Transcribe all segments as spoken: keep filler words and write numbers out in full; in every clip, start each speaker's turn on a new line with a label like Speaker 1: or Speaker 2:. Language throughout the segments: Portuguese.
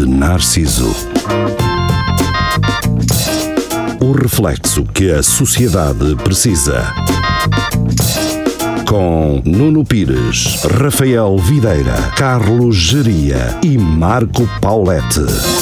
Speaker 1: Narciso. O reflexo que a sociedade precisa. Com Nuno Pires, Rafael Videira, Carlos Geria e Marco Paulette.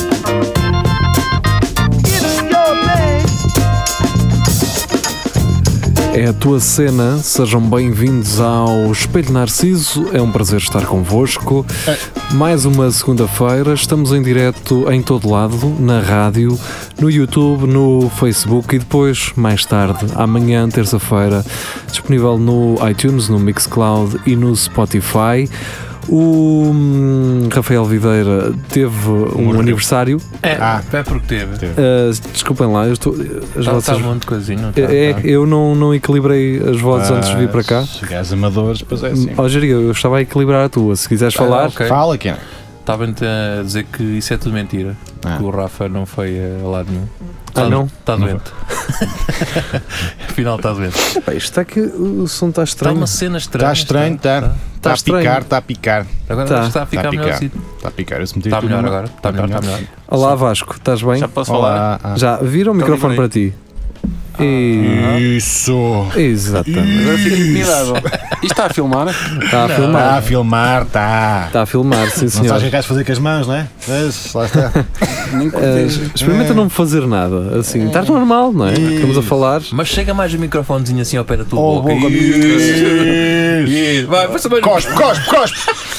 Speaker 2: É a tua cena, sejam bem-vindos ao Espelho Narciso, é um prazer estar convosco. Mais uma segunda-feira, estamos em direto em todo lado, na rádio, no YouTube, no Facebook e depois, mais tarde, amanhã, terça-feira, disponível no iTunes, no Mixcloud e no Spotify. O hum, Rafael Videira teve um Morreu. aniversário.
Speaker 3: É, ah, é porque teve. teve.
Speaker 2: Uh, desculpem lá, eu estou. As
Speaker 3: tá,
Speaker 2: vossas...
Speaker 3: tá um monte de coisinho. Tá,
Speaker 2: é,
Speaker 3: tá.
Speaker 2: Eu não, não equilibrei as vozes ah, antes de vir para cá.
Speaker 4: Se gajos amadores, pois é assim.
Speaker 2: Ó, Jeria, eu estava a equilibrar a tua. Se quiseres ah, falar,
Speaker 3: okay.
Speaker 4: Fala, Ken.
Speaker 3: Estava-me a dizer que isso é tudo mentira. Ah. Que o Rafa não foi a lado nenhum.
Speaker 2: Ah, tá, não?
Speaker 3: Está doente. Afinal, está doente.
Speaker 2: Epá, isto está que o som está estranho.
Speaker 3: Está uma cena estranha.
Speaker 4: Está estranho, está. Está, está, está a picar, está a picar.
Speaker 3: Agora tá. está a ficar melhor.
Speaker 4: Está a picar.
Speaker 3: Está melhor numa... agora. Está melhor, está melhor.
Speaker 2: Olá, Vasco, estás bem?
Speaker 3: Já posso
Speaker 4: Olá.
Speaker 3: falar?
Speaker 2: Já, vira o microfone para ti.
Speaker 4: E... Isso!
Speaker 2: Exatamente.
Speaker 5: Agora fica intimidável. Isto está a filmar?
Speaker 2: Está a filmar.
Speaker 4: Está a filmar, está.
Speaker 2: Está a filmar, sim, senhor.
Speaker 4: Não sabes o que queres fazer com as mãos, não é? Mas, lá está.
Speaker 2: uh, experimenta é. não fazer nada. Assim, é. Estás normal, não é? E... Estamos a falar.
Speaker 3: Mas chega mais o microfonezinho assim ao pé da tua
Speaker 4: oh,
Speaker 3: boca.
Speaker 4: boca.
Speaker 3: E... Vai, vai saber.
Speaker 4: Cospe, cospe, cospe!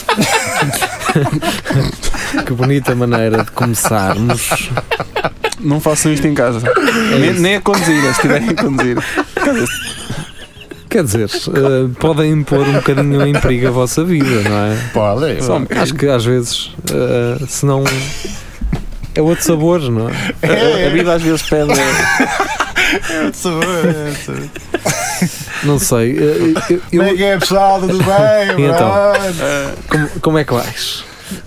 Speaker 2: Que bonita maneira de começarmos.
Speaker 5: Não façam isto em casa. É nem, nem a conduzir, se estiverem a conduzir.
Speaker 2: Quer dizer, uh, podem pôr um bocadinho em perigo a vossa vida, não é?
Speaker 4: Pode.
Speaker 2: Só, acho que às vezes, uh, se não. É outro sabor, não é?
Speaker 5: é, é. A vida às vezes pede.
Speaker 4: É outro sabor, é outro sabor.
Speaker 2: Não sei. Uh, eu, eu...
Speaker 4: Como é que é, pessoal? Tudo bem?
Speaker 2: Então, uh, como, como é que vais?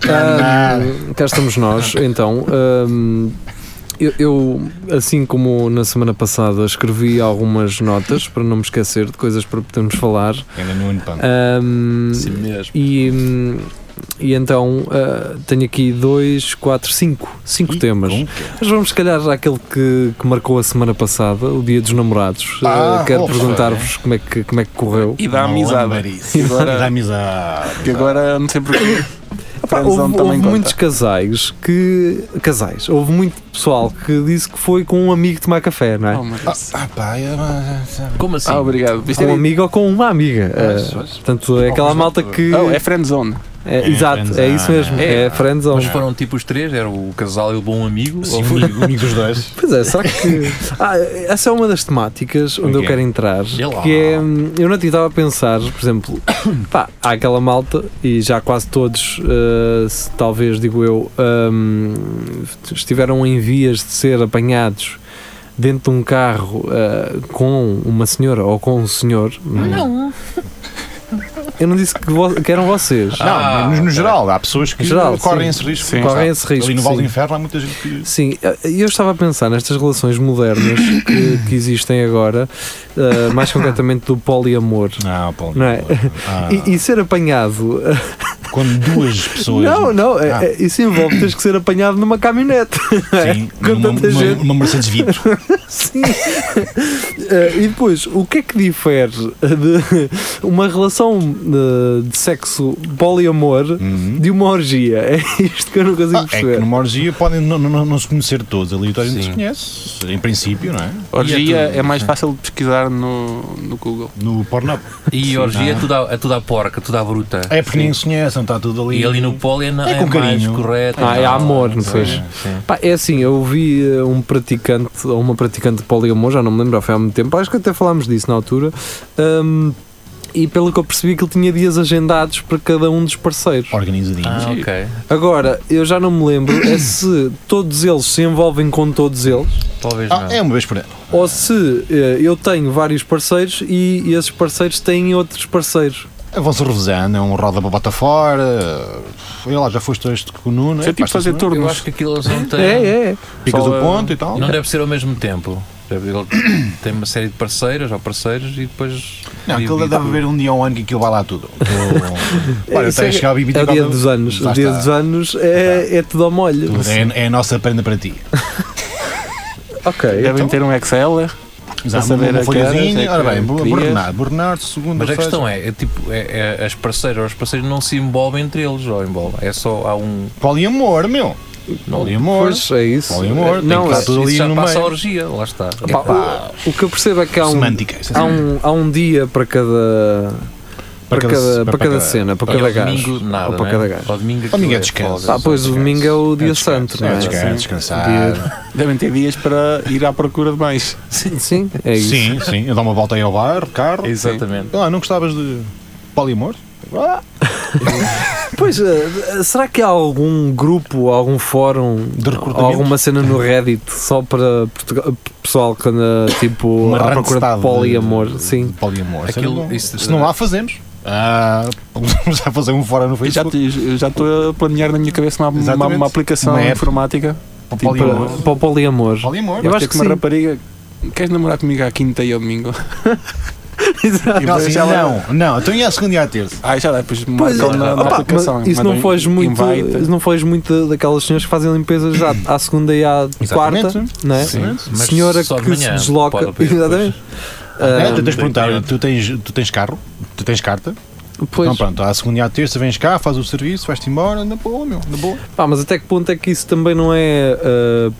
Speaker 2: Uh, cá estamos nós, então. Uh, Eu, eu, assim como na semana passada, escrevi algumas notas para não me esquecer de coisas para podermos falar.
Speaker 4: Ainda no
Speaker 2: um,
Speaker 3: Sim mesmo.
Speaker 2: E, e então uh, tenho aqui dois, quatro, cinco, cinco temas.
Speaker 4: Bom.
Speaker 2: Mas vamos, se calhar, àquele que, que marcou a semana passada, o Dia dos Namorados.
Speaker 4: Ah,
Speaker 2: uh, quero
Speaker 4: opa,
Speaker 2: perguntar-vos como é, que, como é que correu.
Speaker 5: E da amizade.
Speaker 4: E agora, da amizade.
Speaker 5: Que agora não sei porquê.
Speaker 2: Epá, houve houve muitos casais que. Casais, houve muito pessoal que disse que foi com um amigo tomar café, não é?
Speaker 5: Oh,
Speaker 4: ah, ah, pá, eu,
Speaker 3: como assim?
Speaker 5: Ah, obrigado.
Speaker 2: Com um amigo ou com uma amiga.
Speaker 4: Mas,
Speaker 2: uh,
Speaker 4: mas,
Speaker 2: portanto, é aquela malta que.
Speaker 5: Oh, é friendzone.
Speaker 2: É,
Speaker 4: é
Speaker 2: exato,
Speaker 4: friendzone.
Speaker 2: é isso mesmo. É, é friendzone.
Speaker 3: Mas foram tipo os três? Era o casal e o bom amigo?
Speaker 4: Sim,
Speaker 3: ou
Speaker 4: o amigo, amigo dos dois.
Speaker 2: Pois é, será que. Ah, essa é uma das temáticas onde
Speaker 4: okay.
Speaker 2: eu quero entrar. Que é. Eu não estava a pensar, por exemplo, pá, há aquela malta, e já quase todos, uh, se, talvez digo eu, um, estiveram em vias de ser apanhados dentro de um carro uh, com uma senhora ou com um senhor.
Speaker 3: Não.
Speaker 2: Eu não disse que, vo- que eram vocês.
Speaker 4: Não,
Speaker 3: Ah,
Speaker 4: no, no
Speaker 3: okay.
Speaker 4: geral, há pessoas que
Speaker 2: geral,
Speaker 4: correm
Speaker 2: sim.
Speaker 4: esse risco.
Speaker 2: Sim. Correm esse risco.
Speaker 4: Ali no Vale do
Speaker 2: sim.
Speaker 4: Inferno há muita gente que.
Speaker 2: Sim, eu estava a pensar nestas relações modernas que, que existem agora, uh, mais concretamente do poliamor.
Speaker 4: Não, Paulo.
Speaker 2: Não é?
Speaker 4: Ah,
Speaker 2: E, e ser apanhado.
Speaker 4: quando duas pessoas.
Speaker 2: Não, não, é,
Speaker 4: Ah.
Speaker 2: é, isso envolve teres que ser apanhado numa caminhonete.
Speaker 4: Sim,
Speaker 2: Com
Speaker 4: uma,
Speaker 2: tanta
Speaker 4: uma,
Speaker 2: gente.
Speaker 4: uma Mercedes vidro.
Speaker 2: Sim. Uh, e depois, o que é que difere de uma relação de, de sexo poliamor
Speaker 4: Uhum.
Speaker 2: de uma orgia? É isto que eu não consigo
Speaker 4: Ah, é
Speaker 2: perceber.
Speaker 4: que numa orgia podem não, não, não se conhecer todos. Ali toda a gente
Speaker 3: Sim.
Speaker 4: se conhece, em princípio, não é?
Speaker 5: Orgia
Speaker 3: é tudo,
Speaker 5: é mais
Speaker 3: sim.
Speaker 5: fácil de pesquisar no, no Google.
Speaker 4: No Pornhub.
Speaker 3: E orgia é tudo, à, é tudo à porca, tudo à bruta.
Speaker 4: É porque ninguém se conhece, não está tudo ali.
Speaker 3: E ali no poli é,
Speaker 4: É
Speaker 3: é
Speaker 4: com
Speaker 3: mais
Speaker 4: carinho.
Speaker 3: correto.
Speaker 2: Ah, é
Speaker 3: Não,
Speaker 2: amor, não
Speaker 3: sim,
Speaker 2: foi?
Speaker 3: sim.
Speaker 2: Pá, é assim, eu vi uh, um praticante ou uma praticante de poliamor, já não me lembro, foi há muito tempo, acho que até falámos disso na altura, um, e pelo que eu percebi que ele tinha dias agendados para cada um dos parceiros.
Speaker 4: Organizadinho.
Speaker 3: Ah, ok.
Speaker 2: Agora, eu já não me lembro é se todos eles se envolvem com todos eles,
Speaker 3: Talvez
Speaker 4: Ah,
Speaker 3: não.
Speaker 4: é uma vez por ano.
Speaker 2: ou se uh, eu tenho vários parceiros e, e esses parceiros têm outros parceiros.
Speaker 4: Vão-se revezando, é um roda para bota fora. Olha lá, já foste este com o Nuno.
Speaker 5: Isso é tipo fazer
Speaker 3: Eu
Speaker 5: turnos.
Speaker 3: acho que aquilo eles não têm.
Speaker 2: É, é.
Speaker 4: Picas
Speaker 5: Só,
Speaker 4: o ponto e tal.
Speaker 3: E não deve ser ao mesmo tempo. Ele tem uma série de parceiras ou parceiros e depois.
Speaker 4: Não, aquilo
Speaker 3: divide
Speaker 4: deve
Speaker 3: tudo.
Speaker 4: haver um dia ou um ano que aquilo vai lá tudo. Aquilo- Olha,
Speaker 2: Isso
Speaker 4: até
Speaker 2: é-
Speaker 4: chegar ao B B T
Speaker 2: É o dia
Speaker 4: quando-
Speaker 2: dos anos.
Speaker 4: Lá
Speaker 2: O dia
Speaker 4: está.
Speaker 2: dos anos é, é tudo ao molho.
Speaker 4: Tudo. É, é a nossa prenda para ti.
Speaker 2: Ok.
Speaker 5: Devem
Speaker 2: então-
Speaker 5: ter um Excel.
Speaker 4: Exato,
Speaker 5: saber
Speaker 4: uma
Speaker 5: a
Speaker 4: folhazinha.
Speaker 5: caras, é
Speaker 4: Ora bem,
Speaker 5: que
Speaker 4: Bernardo,
Speaker 5: querias.
Speaker 4: Bernardo, Bernardo, segunda
Speaker 3: Mas a questão é, é tipo, é, é, as parceiras ou os parceiros não se envolvem entre eles, ou envolvem. É só há um.
Speaker 4: Poliamor, meu. Poliamor.
Speaker 2: Pois é isso.
Speaker 4: Poliamor.
Speaker 2: Não,
Speaker 4: Tem que
Speaker 2: é-
Speaker 4: estar tudo ali
Speaker 3: Isso já
Speaker 4: no
Speaker 3: passa a
Speaker 4: meio.
Speaker 3: orgia, lá está.
Speaker 2: Pá, o, o que eu percebo é que há um,
Speaker 4: Semântica. isso é
Speaker 2: há
Speaker 4: semântica.
Speaker 2: um, há um dia para cada. Para,
Speaker 4: Para
Speaker 2: cada,
Speaker 4: cada-
Speaker 2: para
Speaker 4: para
Speaker 2: cada
Speaker 4: cada-
Speaker 2: cena, para
Speaker 3: E
Speaker 2: cada
Speaker 3: ao
Speaker 2: gajo.
Speaker 3: domingo, nada.
Speaker 2: Ou para
Speaker 3: né?
Speaker 2: cada gajo.
Speaker 3: Ao domingo,
Speaker 4: Ao domingo é
Speaker 3: aquilo
Speaker 4: descanso.
Speaker 2: Ah, pois o domingo é o dia santo, não
Speaker 4: É
Speaker 2: é?
Speaker 4: descanso,
Speaker 5: Sim.
Speaker 4: descansar.
Speaker 5: Devem ter dias para ir à procura de mais.
Speaker 2: Sim, é isso.
Speaker 4: Sim, sim. Eu dou uma volta aí ao bar, carro.
Speaker 3: Exatamente.
Speaker 4: Ah, não gostavas de poliamor? Ah,
Speaker 2: Pois, eh, será que há algum grupo, algum fórum,
Speaker 4: De recrutamento?
Speaker 2: alguma cena no Reddit só para Portugal, pessoal que anda tipo
Speaker 4: Uma
Speaker 2: à procura de
Speaker 4: randstad
Speaker 2: poliamor?
Speaker 4: de-
Speaker 2: Sim.
Speaker 4: de Poliamor.
Speaker 3: Aquilo-
Speaker 4: Aquilo,
Speaker 3: isso-
Speaker 4: se não há, fazemos. Ah, vamos já fazer um fora no
Speaker 5: Eu já
Speaker 4: Facebook.
Speaker 5: te- eu já estou a planear na minha cabeça uma, uma,
Speaker 4: Exatamente.
Speaker 5: uma aplicação
Speaker 4: Uma app.
Speaker 5: informática.
Speaker 4: Para
Speaker 5: tipo,
Speaker 4: poliamor.
Speaker 2: Para, para o poliamor.
Speaker 4: Poliamor.
Speaker 2: Eu
Speaker 5: Vais
Speaker 2: acho
Speaker 5: ter
Speaker 2: que
Speaker 5: uma
Speaker 2: sim.
Speaker 5: rapariga. Queres namorar comigo à quinta e ao domingo?
Speaker 2: Exato.
Speaker 4: Não,
Speaker 5: Mas
Speaker 4: assim,
Speaker 5: já lá-
Speaker 4: não, não, então ia à segunda e à terça.
Speaker 5: Ah, já dá, depois
Speaker 2: Pois,
Speaker 5: marcam na, na
Speaker 2: opa,
Speaker 5: aplicação.
Speaker 2: mas isso não
Speaker 5: mandam
Speaker 2: foge muito,
Speaker 5: invite.
Speaker 2: isso não foge muito daquelas senhoras que fazem limpezas à, à segunda e à
Speaker 4: Exatamente.
Speaker 2: quarta, não é?
Speaker 5: Sim.
Speaker 3: Mas
Speaker 2: Senhora
Speaker 3: só de
Speaker 2: que se
Speaker 3: manhã,
Speaker 2: desloca.
Speaker 3: pode haver
Speaker 2: Exatamente.
Speaker 4: É,
Speaker 2: Ah,
Speaker 4: tu tens de perguntar,
Speaker 3: depende.
Speaker 4: tu tens, tu tens carro? Tu tens carta?
Speaker 2: pois,
Speaker 4: Então pronto, à segunda e à terça vens cá, fazes o serviço, vais-te embora, na boa, meu, na boa.
Speaker 2: pá, mas até que ponto é que isso também não é. ah,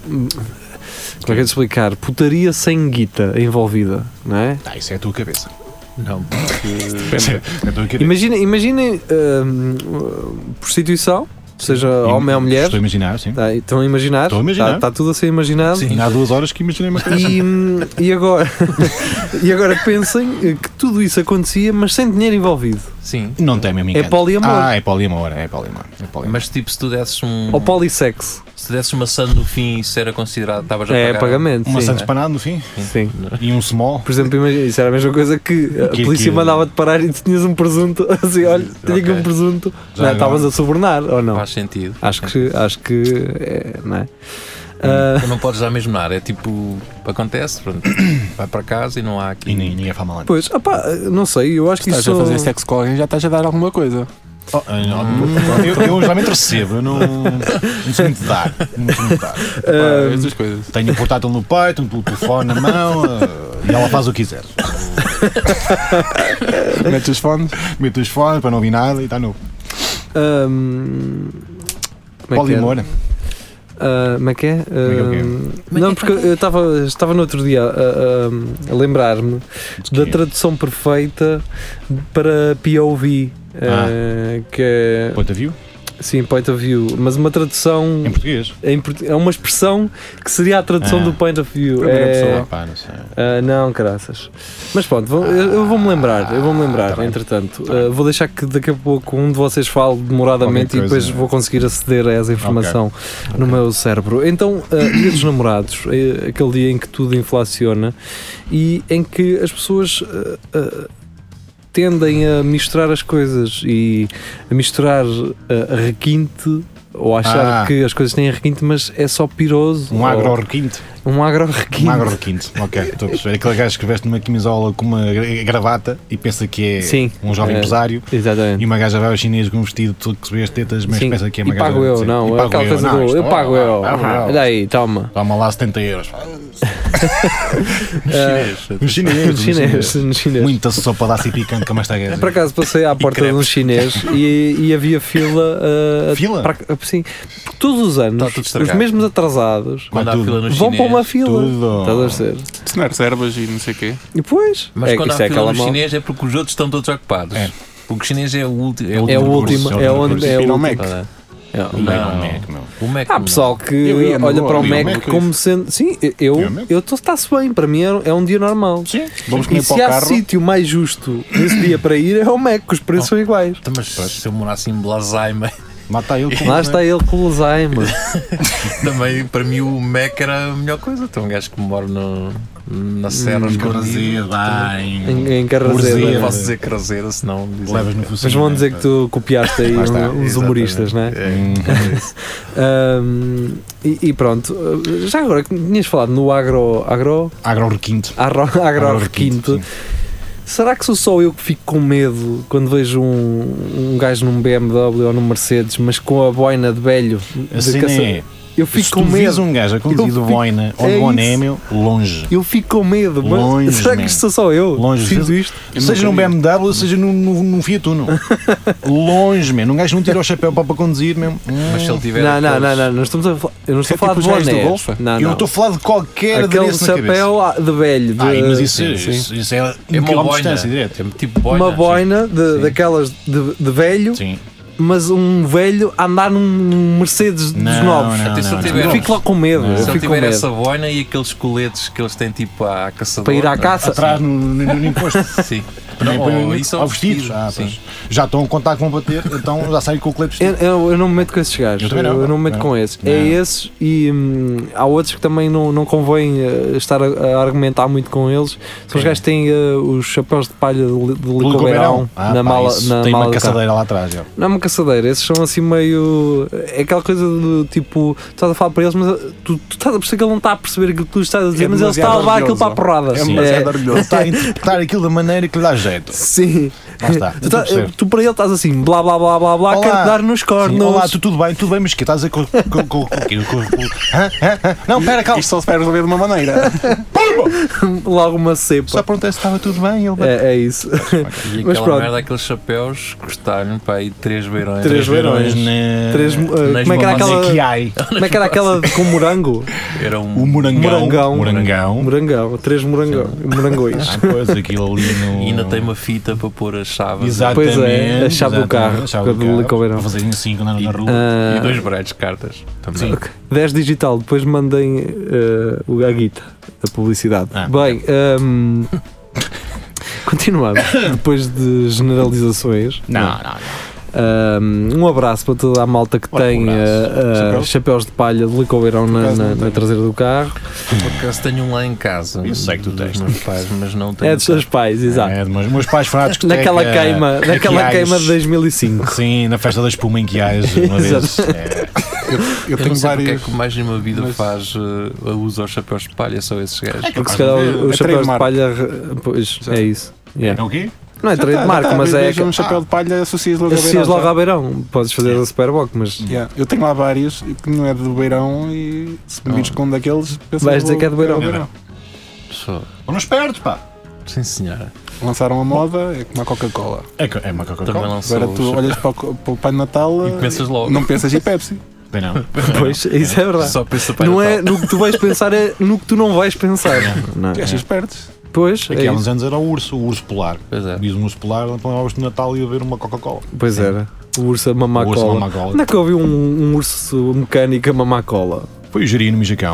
Speaker 2: como é que é de explicar? Putaria sem guita envolvida, não é?
Speaker 4: Ah, isso é a tua cabeça.
Speaker 3: Não, porque.
Speaker 4: Isso é a tua cabeça.
Speaker 2: Imaginem, imaginem ah, prostituição, seja homem ou mulher.
Speaker 4: Estou a imaginar, sim.
Speaker 2: Tá, estão a imaginar?
Speaker 4: Estou a imaginar.
Speaker 2: Está, está tudo a ser imaginado.
Speaker 3: Sim.
Speaker 4: Ainda há duas horas que imaginei uma coisa.
Speaker 2: E, hum, e agora e agora pensem que tudo isso acontecia, mas sem dinheiro envolvido.
Speaker 3: Sim.
Speaker 4: Não tem mesmo
Speaker 2: É
Speaker 4: encanto.
Speaker 2: poliamor.
Speaker 4: Ah, é poliamor, é poliamor. É poliamor.
Speaker 3: Mas tipo, se tu desses um.
Speaker 2: Ou polissexo.
Speaker 3: Se tu desses uma sand no fim, isso era considerado. Estavas a
Speaker 2: É
Speaker 3: pagar.
Speaker 2: pagamento.
Speaker 4: Uma
Speaker 2: sim.
Speaker 4: Santos Panado no fim
Speaker 2: Sim.
Speaker 4: e um small.
Speaker 2: Por exemplo, imagina, isso era a mesma coisa que a
Speaker 4: Que-
Speaker 2: polícia
Speaker 4: que-
Speaker 2: mandava-te parar e tu tinhas um presunto. Assim, olha, tenho aqui
Speaker 3: Ok.
Speaker 2: um presunto.
Speaker 4: Já
Speaker 2: Não,
Speaker 4: agora.
Speaker 2: estavas a subornar ou não?
Speaker 3: Faz sentido.
Speaker 2: Acho que, acho que é, não é? Ah,
Speaker 3: Tu não podes dar mesmo nada. É tipo. Acontece, pronto. Vai para casa e não há aqui.
Speaker 4: E nem- ninguém fala mal.
Speaker 2: pois, opá, não sei, eu acho que
Speaker 5: Estás
Speaker 2: isso.
Speaker 5: a fazer sexo com alguém, já estás a dar alguma coisa.
Speaker 4: Oh, não, eu, eu geralmente recebo, eu não, não sou muito de dar. Não sou muito de dar.
Speaker 5: Pá,
Speaker 2: Ah,
Speaker 5: essas coisas.
Speaker 4: Tenho o portátil no peito, um telefone na mão eh, e ela faz o que quiser.
Speaker 5: Metes os fones.
Speaker 4: Mete os fones para não ouvir nada e está no
Speaker 2: Ahm, como é que é?
Speaker 4: poliamor.
Speaker 2: Ah, como é que é?
Speaker 4: é que é o quê?
Speaker 2: Ahm, não, porque eu estava estava no outro dia a, a- a lembrar-me da tradução perfeita para P O V,
Speaker 4: Ah.
Speaker 2: eh, que é
Speaker 4: Point of view?
Speaker 2: sim, point of view, mas uma tradução
Speaker 4: Em português.
Speaker 2: em portu- é uma expressão que seria a tradução
Speaker 4: Ah.
Speaker 2: do point of view.
Speaker 5: Primeira
Speaker 2: É-
Speaker 5: pessoa.
Speaker 4: Pá, não sei.
Speaker 2: ah, não, caraças. Mas pronto, vou- eu, eu vou-me lembrar, eu vou-me lembrar,
Speaker 4: Tá bem.
Speaker 2: entretanto. Ah, vou deixar que daqui a pouco um de vocês fale demoradamente
Speaker 4: Qualquer
Speaker 2: e depois
Speaker 4: coisa.
Speaker 2: vou conseguir aceder a essa informação no meu cérebro. Então, ah, Dia dos Namorados, é aquele dia em que tudo inflaciona e em que as pessoas ah, ah, tendem a misturar as coisas e a misturar ah, requinte ou a achar
Speaker 4: Ah.
Speaker 2: que as coisas têm requinte, mas é só piroso.
Speaker 4: Um
Speaker 2: ou-
Speaker 4: agro-requinte.
Speaker 2: Um agro-requinte.
Speaker 4: Um agro-requinte. Ok, estou a perceber. Aquele gajo que veste uma camisola com uma gra- gravata e pensa que é
Speaker 2: Sim.
Speaker 4: um jovem
Speaker 2: É.
Speaker 4: empresário.
Speaker 2: Exatamente.
Speaker 4: E uma gaja vai ao chinês com um vestido todo que se vê as tetas, mas
Speaker 2: Sim.
Speaker 4: pensa que é uma
Speaker 2: E
Speaker 4: gaja.
Speaker 2: pago eu,
Speaker 4: sim.
Speaker 2: não,
Speaker 4: E
Speaker 2: é
Speaker 4: pago
Speaker 2: aquela coisa
Speaker 4: não,
Speaker 2: do
Speaker 4: isto-
Speaker 2: eu pago
Speaker 4: ah,
Speaker 2: eu.
Speaker 4: ah,
Speaker 2: Ah,
Speaker 4: ah,
Speaker 2: olha aí, toma.
Speaker 4: Toma lá setenta euros.
Speaker 3: Chinês.
Speaker 4: Um chinês.
Speaker 2: No chinês, no chinês.
Speaker 4: Muita sopa dá-se picante, como esta gaja.
Speaker 2: Por acaso passei à porta de um
Speaker 4: crepes.
Speaker 2: chinês e, e havia fila. ah,
Speaker 4: Fila?
Speaker 2: para- sim, porque todos os anos
Speaker 3: Está tudo
Speaker 2: os
Speaker 3: estragado.
Speaker 2: mesmos atrasados
Speaker 3: Quando há
Speaker 4: tudo.
Speaker 3: fila no
Speaker 2: vão
Speaker 3: chinês.
Speaker 2: para uma fila.
Speaker 4: Tudo.
Speaker 2: Estás a perceber?
Speaker 5: Se não é reservas e não sei o quê.
Speaker 2: E depois,
Speaker 3: Mas
Speaker 2: é,
Speaker 3: quando
Speaker 2: isto
Speaker 3: há
Speaker 2: é
Speaker 3: fila
Speaker 2: aquela
Speaker 3: no
Speaker 2: mal.
Speaker 3: chinês é porque os outros estão todos ocupados.
Speaker 4: É.
Speaker 3: Porque o chinês é o último.
Speaker 2: É o
Speaker 4: recurso,
Speaker 2: último,
Speaker 4: é o
Speaker 2: é
Speaker 4: último
Speaker 2: onde é
Speaker 5: recurso.
Speaker 2: o
Speaker 5: E no
Speaker 2: último.
Speaker 5: Mac.
Speaker 2: É,
Speaker 3: Não,
Speaker 4: Não,
Speaker 3: não.
Speaker 4: Mac, não.
Speaker 3: O Mac.
Speaker 2: Há
Speaker 3: não.
Speaker 2: pessoal que
Speaker 5: Eu ia na
Speaker 2: olha
Speaker 5: boa,
Speaker 2: para o
Speaker 5: eu ia
Speaker 2: Mac
Speaker 5: na boa
Speaker 2: como
Speaker 5: com
Speaker 2: sendo. Sim, eu
Speaker 4: Eu mesmo.
Speaker 2: eu estou está-se bem, para mim é, é um dia normal.
Speaker 4: Sim.
Speaker 5: Vamos
Speaker 2: E
Speaker 5: comer para
Speaker 2: se
Speaker 5: o
Speaker 2: há
Speaker 5: carro.
Speaker 2: sítio mais justo nesse dia para ir é o Mac, que os preços são iguais.
Speaker 3: Então, mas se eu morasse em Blasaima,
Speaker 4: Mata ele com
Speaker 2: Lá está ele com o Alzheimer.
Speaker 3: também para mim o Mac era a melhor coisa. Então um gajo que mora no. na serra
Speaker 2: Hum,
Speaker 3: escondida.
Speaker 2: Em, em Carrazeira.
Speaker 3: Não
Speaker 4: Corzeira.
Speaker 3: posso dizer crazeira, senão dizem-
Speaker 4: Levas no
Speaker 2: Mas
Speaker 4: focinho.
Speaker 2: vão dizer que tu copiaste aí
Speaker 4: Lá está,
Speaker 2: um- uns humoristas, não é?
Speaker 4: Hum.
Speaker 2: Um, e, e pronto, já agora que tinhas falado no agro, agro,
Speaker 4: Agro requinto.
Speaker 2: agro, agro
Speaker 4: Agro
Speaker 2: requinte,
Speaker 4: sim.
Speaker 2: será que sou só eu que fico com medo quando vejo um, um gajo num B M W ou num Mercedes, mas com a boina de velho? de
Speaker 4: Assim
Speaker 2: caça-
Speaker 4: é.
Speaker 2: Eu
Speaker 4: Se
Speaker 2: fico
Speaker 4: tu
Speaker 2: com
Speaker 4: vis
Speaker 2: medo.
Speaker 4: um gajo a conduzir
Speaker 2: Eu
Speaker 4: de
Speaker 2: fico-
Speaker 4: boina ou
Speaker 2: é
Speaker 4: de
Speaker 2: isso.
Speaker 4: boné, meu, longe.
Speaker 2: Eu fico com medo, mas
Speaker 4: Longe,
Speaker 2: será que
Speaker 4: man.
Speaker 2: isto sou só eu?
Speaker 4: Longe.
Speaker 2: Sinto isto.
Speaker 4: Seja num B M W, seja num, num, num Fiat Uno. Longe, mesmo. Um gajo não tira o chapéu para, para conduzir mesmo.
Speaker 3: Mas se ele tiver.
Speaker 2: Não, não,
Speaker 3: aqueles-
Speaker 2: não, não, não estamos a falar, eu não estou
Speaker 5: É
Speaker 2: a falar
Speaker 5: tipo
Speaker 2: de
Speaker 5: os gajos do
Speaker 2: bonés.
Speaker 5: Golf?
Speaker 2: Não,
Speaker 4: Eu
Speaker 2: não.
Speaker 4: estou a falar de qualquer
Speaker 2: Aquele
Speaker 4: adereço na cabeça.
Speaker 2: chapéu ah, de velho. De,
Speaker 4: Ah, mas isso,
Speaker 2: sim,
Speaker 4: isso,
Speaker 2: sim.
Speaker 4: isso é
Speaker 3: É
Speaker 4: um
Speaker 3: uma
Speaker 4: quilómetro de
Speaker 3: boina.
Speaker 4: distância, direto.
Speaker 3: É tipo boina.
Speaker 2: Uma boina de,
Speaker 4: Sim.
Speaker 2: daquelas de, de velho,
Speaker 4: Sim.
Speaker 2: mas um velho a andar num Mercedes dos
Speaker 4: Não,
Speaker 2: novos.
Speaker 4: não,
Speaker 3: Até se
Speaker 4: não,
Speaker 3: ele
Speaker 4: não.
Speaker 3: tiver-
Speaker 2: Eu fico lá com medo.
Speaker 4: Não.
Speaker 2: Eu
Speaker 3: Se ele
Speaker 2: fico com
Speaker 3: tiver
Speaker 2: medo.
Speaker 3: essa boina e aqueles coletes que eles têm tipo à caçadora.
Speaker 2: Para ir à caça.
Speaker 4: Atrás no, no, no imposto.
Speaker 3: Sim.
Speaker 4: Não,
Speaker 3: Não, ou isso
Speaker 4: são
Speaker 3: é um
Speaker 4: vestidos.
Speaker 3: vestido,
Speaker 4: Ah,
Speaker 3: sim.
Speaker 4: pois. Já estão a contar que vão bater, então já saem com o colete
Speaker 2: Eu,
Speaker 4: vestido.
Speaker 2: eu, eu não me meto com esses gajos.
Speaker 4: Eu também não.
Speaker 2: Eu não me meto
Speaker 4: Não.
Speaker 2: com esses.
Speaker 4: Não.
Speaker 2: É esses e hum, há outros que também não, não convém eh, estar a, a argumentar muito com eles. São os
Speaker 4: Sim.
Speaker 2: gajos que têm eh, os chapéus de palha de, li- de
Speaker 4: Pelo
Speaker 2: licobeirão
Speaker 4: Cobeirão. Ah,
Speaker 2: na
Speaker 4: pá,
Speaker 2: mala,
Speaker 4: isso
Speaker 2: na
Speaker 4: tem
Speaker 2: mala
Speaker 4: uma
Speaker 2: do carro.
Speaker 4: caçadeira lá atrás. Já.
Speaker 2: Não é uma caçadeira, esses são assim meio. É aquela coisa do tipo, tu estás a falar para eles, mas tu, tu estás a perceber que ele não está a perceber aquilo que tu estás a dizer,
Speaker 5: É
Speaker 2: mas ele está a
Speaker 5: demasiado
Speaker 2: levar aquilo para a
Speaker 5: orgulhoso.
Speaker 2: porrada.
Speaker 5: É
Speaker 4: Sim.
Speaker 5: demasiado
Speaker 2: É,
Speaker 5: orgulhoso.
Speaker 4: Está a interpretar aquilo da maneira que lhe dá jeito.
Speaker 2: sim.
Speaker 4: Lá está.
Speaker 2: Tu, tá- tu para ele estás assim, blá blá blá blá blá,
Speaker 4: Olá.
Speaker 2: quero-te dar nos cornos.
Speaker 4: Sim, olá, tu, tudo bem, tudo bem, mas que estás a dizer com com- com- com o quê? Com- com- hã? Hã? Hã? Não, pera, calma.
Speaker 5: Isto só se vai resolver de uma maneira.
Speaker 2: Logo uma cepa.
Speaker 4: Só perguntei se estava tudo bem. Ele
Speaker 2: É, é isso.
Speaker 3: E
Speaker 2: Mas
Speaker 3: aquela
Speaker 2: pronto.
Speaker 3: merda, aqueles chapéus custaram para aí três beirões.
Speaker 2: Três beirões.
Speaker 4: na...
Speaker 2: Três, eh, como é que era
Speaker 3: mamães
Speaker 2: aquela.
Speaker 4: que ai.
Speaker 2: Como é que era aquela de- com morango?
Speaker 3: Era um.
Speaker 4: O morangão.
Speaker 2: Morangão.
Speaker 4: Morangão.
Speaker 2: Morangão, três morangão, morangões.
Speaker 4: Ah, pois, aquilo ali no...
Speaker 3: E ainda tem uma fita para pôr as chaves.
Speaker 4: Exatamente.
Speaker 2: Pois é, a chave do carro,
Speaker 4: a chave
Speaker 2: com a
Speaker 4: do
Speaker 2: do
Speaker 4: carro,
Speaker 2: Licobeirão.
Speaker 4: para fazer assim quando anda na rua.
Speaker 2: Ah,
Speaker 3: E dois baralhos de cartas também.
Speaker 2: ok. dez digital, depois mandem eh, o a guita, a publicidade.
Speaker 4: Ah,
Speaker 2: Bem, ahm, continuando, depois de generalizações.
Speaker 4: Não,
Speaker 2: não.
Speaker 4: não, não.
Speaker 2: Um, um abraço para toda a malta que
Speaker 4: Olha,
Speaker 2: tem
Speaker 4: um abraço.
Speaker 2: uh, uh,
Speaker 5: Chapéus?
Speaker 2: chapéus de palha de licobeirão na,
Speaker 5: acaso
Speaker 2: na,
Speaker 5: não
Speaker 2: na
Speaker 5: tenho.
Speaker 2: traseira do carro.
Speaker 3: Por acaso tenho um lá em casa.
Speaker 4: Eu sei que tu
Speaker 3: dos
Speaker 4: tens.
Speaker 3: meus pais, mas não tenho.
Speaker 2: É dos seus pais, exato.
Speaker 4: É, mas meus pais foram à discoteca.
Speaker 2: naquela queima,
Speaker 4: a
Speaker 2: naquela
Speaker 4: Quiais.
Speaker 2: queima de dois mil e cinco.
Speaker 4: Sim, na festa da espuma em Quiais, uma vez.
Speaker 2: Exato.
Speaker 4: É,
Speaker 5: Eu, eu
Speaker 3: Eu
Speaker 5: tenho
Speaker 3: não sei porque é
Speaker 5: vários.
Speaker 3: que mais nenhuma vida
Speaker 5: mas-
Speaker 3: faz uh, uso aos chapéus de palha, só esses gajos.
Speaker 2: Porque
Speaker 4: capaz
Speaker 2: se calhar
Speaker 4: de ver.
Speaker 2: os
Speaker 5: É
Speaker 2: chapéus de
Speaker 5: trademark.
Speaker 2: palha, uh, pois,
Speaker 5: Já.
Speaker 2: é isso. Yeah.
Speaker 4: é o quê?
Speaker 2: Não é
Speaker 5: Já tá,
Speaker 2: trademark,
Speaker 5: já tá,
Speaker 2: mas é.
Speaker 5: vejo um chapéu de palha, associas logo a
Speaker 2: Associas
Speaker 5: Beirão,
Speaker 2: logo
Speaker 5: já.
Speaker 2: à Beirão, podes fazer a Superboc, mas
Speaker 5: Yeah, eu tenho lá vários que não é do Beirão e se me vires com um daqueles, penso
Speaker 2: Vais dizer que é do Beirão.
Speaker 3: Só.
Speaker 4: Foram espertos, pá.
Speaker 3: Sim, senhora.
Speaker 5: Lançaram a moda, é como a Coca-Cola.
Speaker 4: É, co- é uma
Speaker 3: Também
Speaker 4: Coca-Cola.
Speaker 3: lançou.
Speaker 5: Agora tu
Speaker 3: os
Speaker 5: olhas para o, co- para o Pai de Natal
Speaker 3: E pensas logo.
Speaker 5: não pensas em Pepsi.
Speaker 4: Bem, não.
Speaker 2: pois, isso é verdade.
Speaker 3: Só pensa para
Speaker 2: Não é no que tu vais pensar, é no que tu não vais pensar. Não,
Speaker 5: Tu és
Speaker 2: é.
Speaker 5: espertos.
Speaker 2: Pois,
Speaker 4: Aqui
Speaker 2: é
Speaker 4: há uns
Speaker 2: isso.
Speaker 4: anos era o urso, o urso polar.
Speaker 3: Pois é.
Speaker 4: Diz um urso polar, então levavas de Natal e ia ver uma Coca-Cola.
Speaker 2: Pois era. O urso a mamar
Speaker 4: O urso
Speaker 2: cola.
Speaker 4: mamar cola.
Speaker 2: Onde é que eu ouvi um, um urso mecânico a mamar cola?
Speaker 4: Foi o Jeri no Mijacão.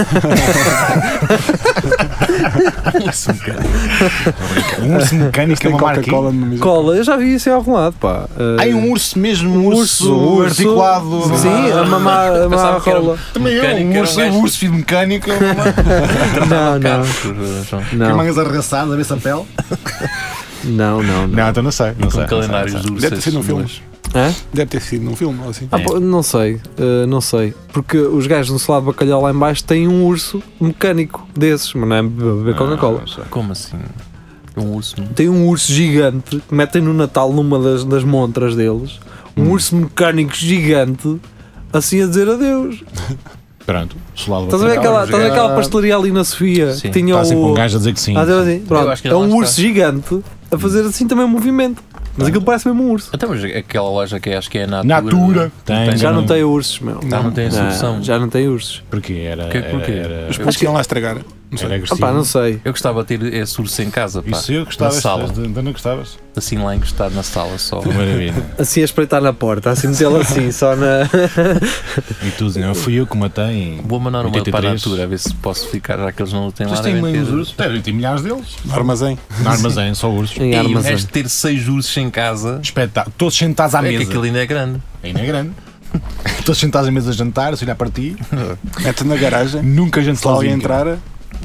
Speaker 4: Um urso mecânico a
Speaker 5: Tem
Speaker 4: mamar aqui.
Speaker 5: Coca-Cola no mesmo.
Speaker 2: Cola, eu já vi isso em algum lado, pá. Uh,
Speaker 4: Ai, um urso mesmo, um urso,
Speaker 2: urso, urso.
Speaker 4: articulado.
Speaker 2: Sim, a mamar, a mamar
Speaker 3: Pensava que era
Speaker 2: cola.
Speaker 4: Também eu,
Speaker 3: Mecânico
Speaker 4: um
Speaker 3: era um
Speaker 4: urso,
Speaker 3: gajo-
Speaker 4: um urso filho mecânico.
Speaker 2: Não, não,
Speaker 4: Com
Speaker 2: não,
Speaker 4: mangas arregaçadas, a ver se a pele.
Speaker 2: não, não, não.
Speaker 4: Não, então não sei. Não sei,
Speaker 3: Com
Speaker 4: não sei,
Speaker 3: calendários
Speaker 4: não sei.
Speaker 3: de
Speaker 5: Deve ter
Speaker 3: ursos.
Speaker 5: sido num filme.
Speaker 3: mas-
Speaker 2: Hã?
Speaker 5: Deve ter sido num filme ou assim.
Speaker 2: Ah, pô, não sei, uh, não sei. Porque os gajos no salado de bacalhau lá em baixo têm um urso mecânico desses, mas não é beber Coca-Cola.
Speaker 4: Não sei.
Speaker 3: Como assim? Um urso.
Speaker 2: Tem um urso gigante que metem no Natal numa das, das montras deles. Um
Speaker 4: Hum.
Speaker 2: urso mecânico gigante, assim a dizer adeus.
Speaker 4: Pronto, solado.
Speaker 2: Estás a ver aquela, estás a ver aquela
Speaker 3: Ah,
Speaker 2: pastelaria ali na Sofia
Speaker 3: sim.
Speaker 2: que tinha
Speaker 4: Está sempre
Speaker 2: o.
Speaker 4: um gajo a dizer que sim.
Speaker 2: Ah, deu assim. Pronto,
Speaker 3: acho que
Speaker 2: é
Speaker 3: ainda
Speaker 2: um
Speaker 3: lá
Speaker 2: urso
Speaker 3: está.
Speaker 2: gigante a fazer assim também um movimento. Mas aquilo parece mesmo um urso.
Speaker 3: Até mas aquela loja que acho que é a Natura.
Speaker 4: Natura. Tem,
Speaker 2: Já não
Speaker 4: não-
Speaker 2: tem ursos, meu.
Speaker 3: Já não tem a solução.
Speaker 2: Já não tem ursos.
Speaker 4: Porque era.
Speaker 3: Que- porquê?
Speaker 4: Era, era,
Speaker 5: Os putos iam lá estragar. Não sei.
Speaker 4: era agressivo.
Speaker 2: Opá, não sei.
Speaker 3: Eu gostava de ter esse urso em casa, pá.
Speaker 4: Isso eu gostava.
Speaker 3: Na sala.
Speaker 4: Ainda não gostavas?
Speaker 3: Assim lá encostado na sala só.
Speaker 4: Que maravilha.
Speaker 2: Assim a espreitar na porta, assim metê-lo assim, só na.
Speaker 4: E tu dizes, não, fui eu que matei. em
Speaker 3: Vou mandar um mail para a
Speaker 4: oitenta e três.
Speaker 3: Natura a ver se posso ficar, já que eles não o têm lá.
Speaker 4: Vocês têm
Speaker 3: devem
Speaker 4: muitos
Speaker 3: ter-
Speaker 4: ursos? Tem, tem milhares deles.
Speaker 5: No armazém.
Speaker 4: No armazém, só ursos.
Speaker 2: Em
Speaker 3: E o
Speaker 2: armazém.
Speaker 3: resto de ter seis ursos em casa.
Speaker 4: Espetáculo. Todos sentados à
Speaker 3: É que
Speaker 4: mesa.
Speaker 3: aquilo ainda é grande.
Speaker 4: Ainda é grande. Todos sentados à mesa a jantar, a olhar para ti.
Speaker 5: Mete na garagem.
Speaker 4: Nunca a gente
Speaker 5: Se lá alguém
Speaker 4: sozinho.
Speaker 5: entrar,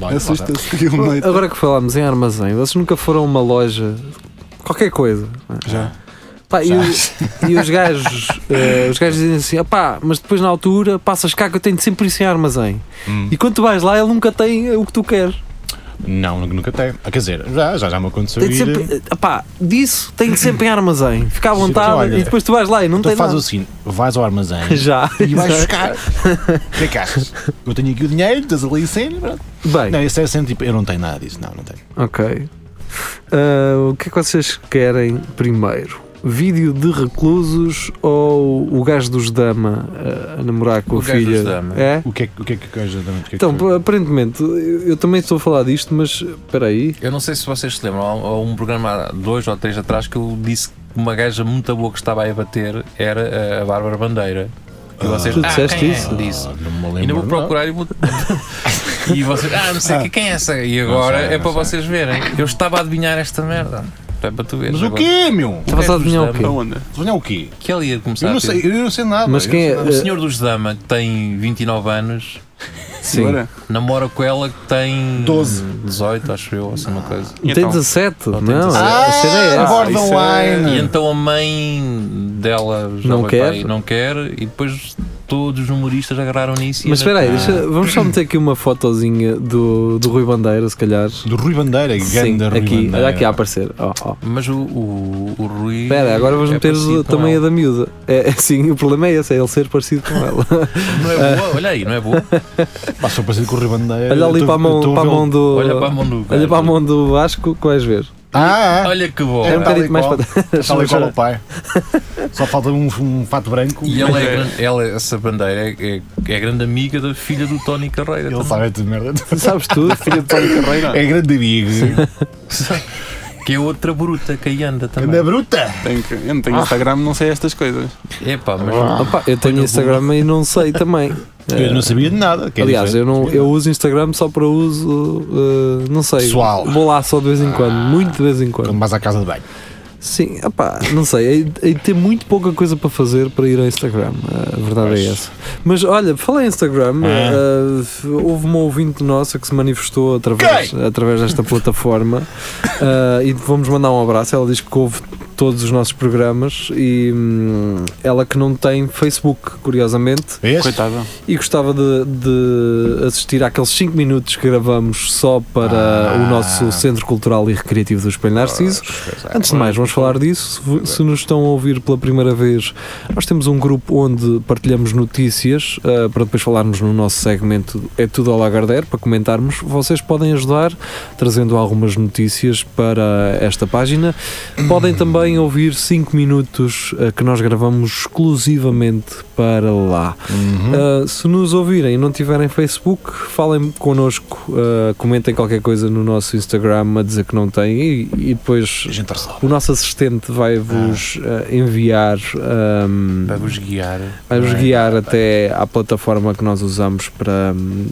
Speaker 4: Olha,
Speaker 5: Assusta-se aqui uma noite.
Speaker 2: Agora que falámos em armazém, vocês nunca foram a uma loja, qualquer coisa.
Speaker 5: Já.
Speaker 2: Pá, e, o- e os gajos, eh, os gajos dizem assim, pá, mas depois na altura passas cá que eu tenho sempre isso em armazém.
Speaker 4: Hum.
Speaker 2: E quando tu vais lá, ele nunca tem o que tu queres.
Speaker 4: Não, nunca tem. Ah, quer dizer, já, já, já me aconteceu
Speaker 2: Tem
Speaker 4: ir.
Speaker 2: sempre, eh, pá, disso tem sempre em armazém. Fica à
Speaker 4: Sim,
Speaker 2: vontade
Speaker 4: olha,
Speaker 2: e depois tu vais lá e não
Speaker 4: Então
Speaker 2: tem
Speaker 4: faz
Speaker 2: nada.
Speaker 4: o seguinte: vais ao armazém
Speaker 2: Já.
Speaker 4: e vais buscar. O que é que achas? Eu tenho aqui o dinheiro, tens ali a cena. pronto.
Speaker 2: Bem,
Speaker 4: Não, isso é sempre tipo, eu não tenho nada disso. Não, não tenho.
Speaker 2: ok. Ah, o que é que vocês querem primeiro? Vídeo de reclusos ou o gajo dos Dama ah, a namorar com
Speaker 3: O
Speaker 2: a
Speaker 3: gajo
Speaker 2: filha?
Speaker 3: dos Dama.
Speaker 2: É?
Speaker 4: O que é que o que é que coisa da que é que
Speaker 2: Então,
Speaker 4: foi?
Speaker 2: aparentemente, eu, eu também estou a falar disto, mas espera aí.
Speaker 3: Eu não sei se vocês se lembram, há há um programa há dois ou três atrás que eu disse que uma gaja muito boa que estava aí a bater era a Bárbara Bandeira. E vocês,
Speaker 2: Tu
Speaker 3: ah,
Speaker 2: disseste
Speaker 3: quem
Speaker 2: isso?
Speaker 3: É? Disse.
Speaker 4: Ah, não me
Speaker 3: Ainda
Speaker 4: lembro.
Speaker 3: vou procurar e vou. E vocês, ah, não sei o que, quem é essa? E agora
Speaker 4: sei,
Speaker 3: é
Speaker 4: não
Speaker 3: para
Speaker 4: sei.
Speaker 3: vocês verem. Eu estava a adivinhar esta merda. É para tu veres.
Speaker 4: Mas o
Speaker 3: agora.
Speaker 4: quê, meu?
Speaker 2: Estavas a adivinhar o quê?
Speaker 5: Aonde?
Speaker 4: Sonhar o quê?
Speaker 3: Que ele ia começar
Speaker 4: Eu não
Speaker 3: a ter-
Speaker 4: sei, eu não sei nada.
Speaker 2: Mas
Speaker 4: eu
Speaker 2: quem
Speaker 4: não
Speaker 2: é?
Speaker 4: sei
Speaker 3: O
Speaker 4: nada.
Speaker 3: senhor dos Dama, que tem vinte e nove anos,
Speaker 2: Sim.
Speaker 5: Agora?
Speaker 3: namora com ela que tem
Speaker 4: doze.
Speaker 3: dezoito, acho eu, ou assim uma coisa.
Speaker 5: E
Speaker 2: Tem
Speaker 5: então?
Speaker 2: dezassete?
Speaker 3: Não,
Speaker 2: Não,
Speaker 3: tem dezassete.
Speaker 2: a cena é
Speaker 4: Ah,
Speaker 2: essa.
Speaker 4: borderline.
Speaker 3: E então a mãe dela já
Speaker 2: Não
Speaker 3: vai
Speaker 2: quer?
Speaker 3: para aí, não quer, e depois todos os humoristas agarraram nisso. e
Speaker 2: Mas
Speaker 3: a-
Speaker 2: espera aí, deixa- vamos só meter aqui uma fotozinha do, do Rui Bandeira, se calhar.
Speaker 4: Do Rui Bandeira,
Speaker 2: Sim,
Speaker 4: grande Rui
Speaker 2: aqui,
Speaker 4: Bandeira.
Speaker 2: olha aqui a aparecer. Ó, ó.
Speaker 3: Mas o, o, o Rui.
Speaker 2: Espera, agora vamos
Speaker 3: é
Speaker 2: meter
Speaker 3: parecido com
Speaker 2: também a
Speaker 3: ela.
Speaker 2: da miúda. É, é, sim, o problema é esse, é ele ser parecido com ela.
Speaker 3: Não é boa, olha aí, não é boa?
Speaker 4: Pá, se for parecido com o Rui Bandeira.
Speaker 2: Olha ali
Speaker 4: eu tô-
Speaker 2: para a mão,
Speaker 4: eu tô
Speaker 2: para a
Speaker 4: ver-
Speaker 2: mão do.
Speaker 3: Olha para a mão do.
Speaker 2: Olha para a mão do Vasco que vais ver.
Speaker 4: Ah, ah.
Speaker 3: Olha que bom.
Speaker 2: É um
Speaker 4: tal e
Speaker 2: bocadinho mais
Speaker 4: qual.
Speaker 2: para
Speaker 4: Tal e qual o pai. Só falta um, um fato branco.
Speaker 3: E ela, é, grande- ela, essa bandeira, é, é, é grande amiga da filha do Tony Carreira.
Speaker 4: Ele
Speaker 3: também.
Speaker 4: sabe de merda.
Speaker 2: Sabes tudo?
Speaker 5: Filha de Tony Carreira?
Speaker 4: É grande amigo.
Speaker 3: Que é outra bruta que aí anda também.
Speaker 4: Anda bruta.
Speaker 5: Tenho que- eu não tenho Instagram, não sei estas coisas.
Speaker 3: Epá, mas
Speaker 2: Opa, eu tenho Instagram e não sei também.
Speaker 4: Eu não sabia de nada. que é
Speaker 2: Aliás, eu,
Speaker 4: diferente.
Speaker 2: não, eu uso Instagram só para uso, uh, não sei,
Speaker 4: Pessoal.
Speaker 2: vou lá só de vez em quando, muito de vez em
Speaker 4: Quando
Speaker 2: quando.
Speaker 4: vais à casa de banho.
Speaker 2: Sim, opá, não sei, hei hei de ter muito pouca coisa para fazer para ir ao Instagram, a verdade
Speaker 4: Pois.
Speaker 2: é essa. Mas olha, falei em Instagram,
Speaker 4: Ah.
Speaker 2: uh, houve uma ouvinte nossa que se manifestou através, através desta plataforma uh, e vamos mandar um abraço. Ela diz que ouve todos os nossos programas e hum, ela que não tem Facebook, curiosamente,
Speaker 4: Vês?
Speaker 5: Coitada.
Speaker 2: e gostava de, de assistir àqueles cinco minutos que gravamos só para
Speaker 4: Ah.
Speaker 2: o nosso Centro Cultural e Recreativo do Espelho Narciso. Antes de mais, vamos falar disso. Se, se nos estão a ouvir pela primeira vez, nós temos um grupo onde partilhamos notícias uh, para depois falarmos no nosso segmento É Tudo ao Lagardère, para comentarmos. Vocês podem ajudar trazendo algumas notícias para esta página. Podem também ouvir cinco minutos uh, que nós gravamos exclusivamente para lá.
Speaker 4: Uhum.
Speaker 2: Uh, se nos ouvirem e não tiverem Facebook, falem connosco, uh, comentem qualquer coisa no nosso Instagram a dizer que não têm e, e depois
Speaker 4: A gente resolve.
Speaker 2: o nosso assistente vai-vos uh, enviar, um,
Speaker 3: vai-vos guiar.
Speaker 2: vai-vos
Speaker 4: Vai,
Speaker 2: guiar
Speaker 4: vai,
Speaker 2: até à plataforma que nós usamos para, um,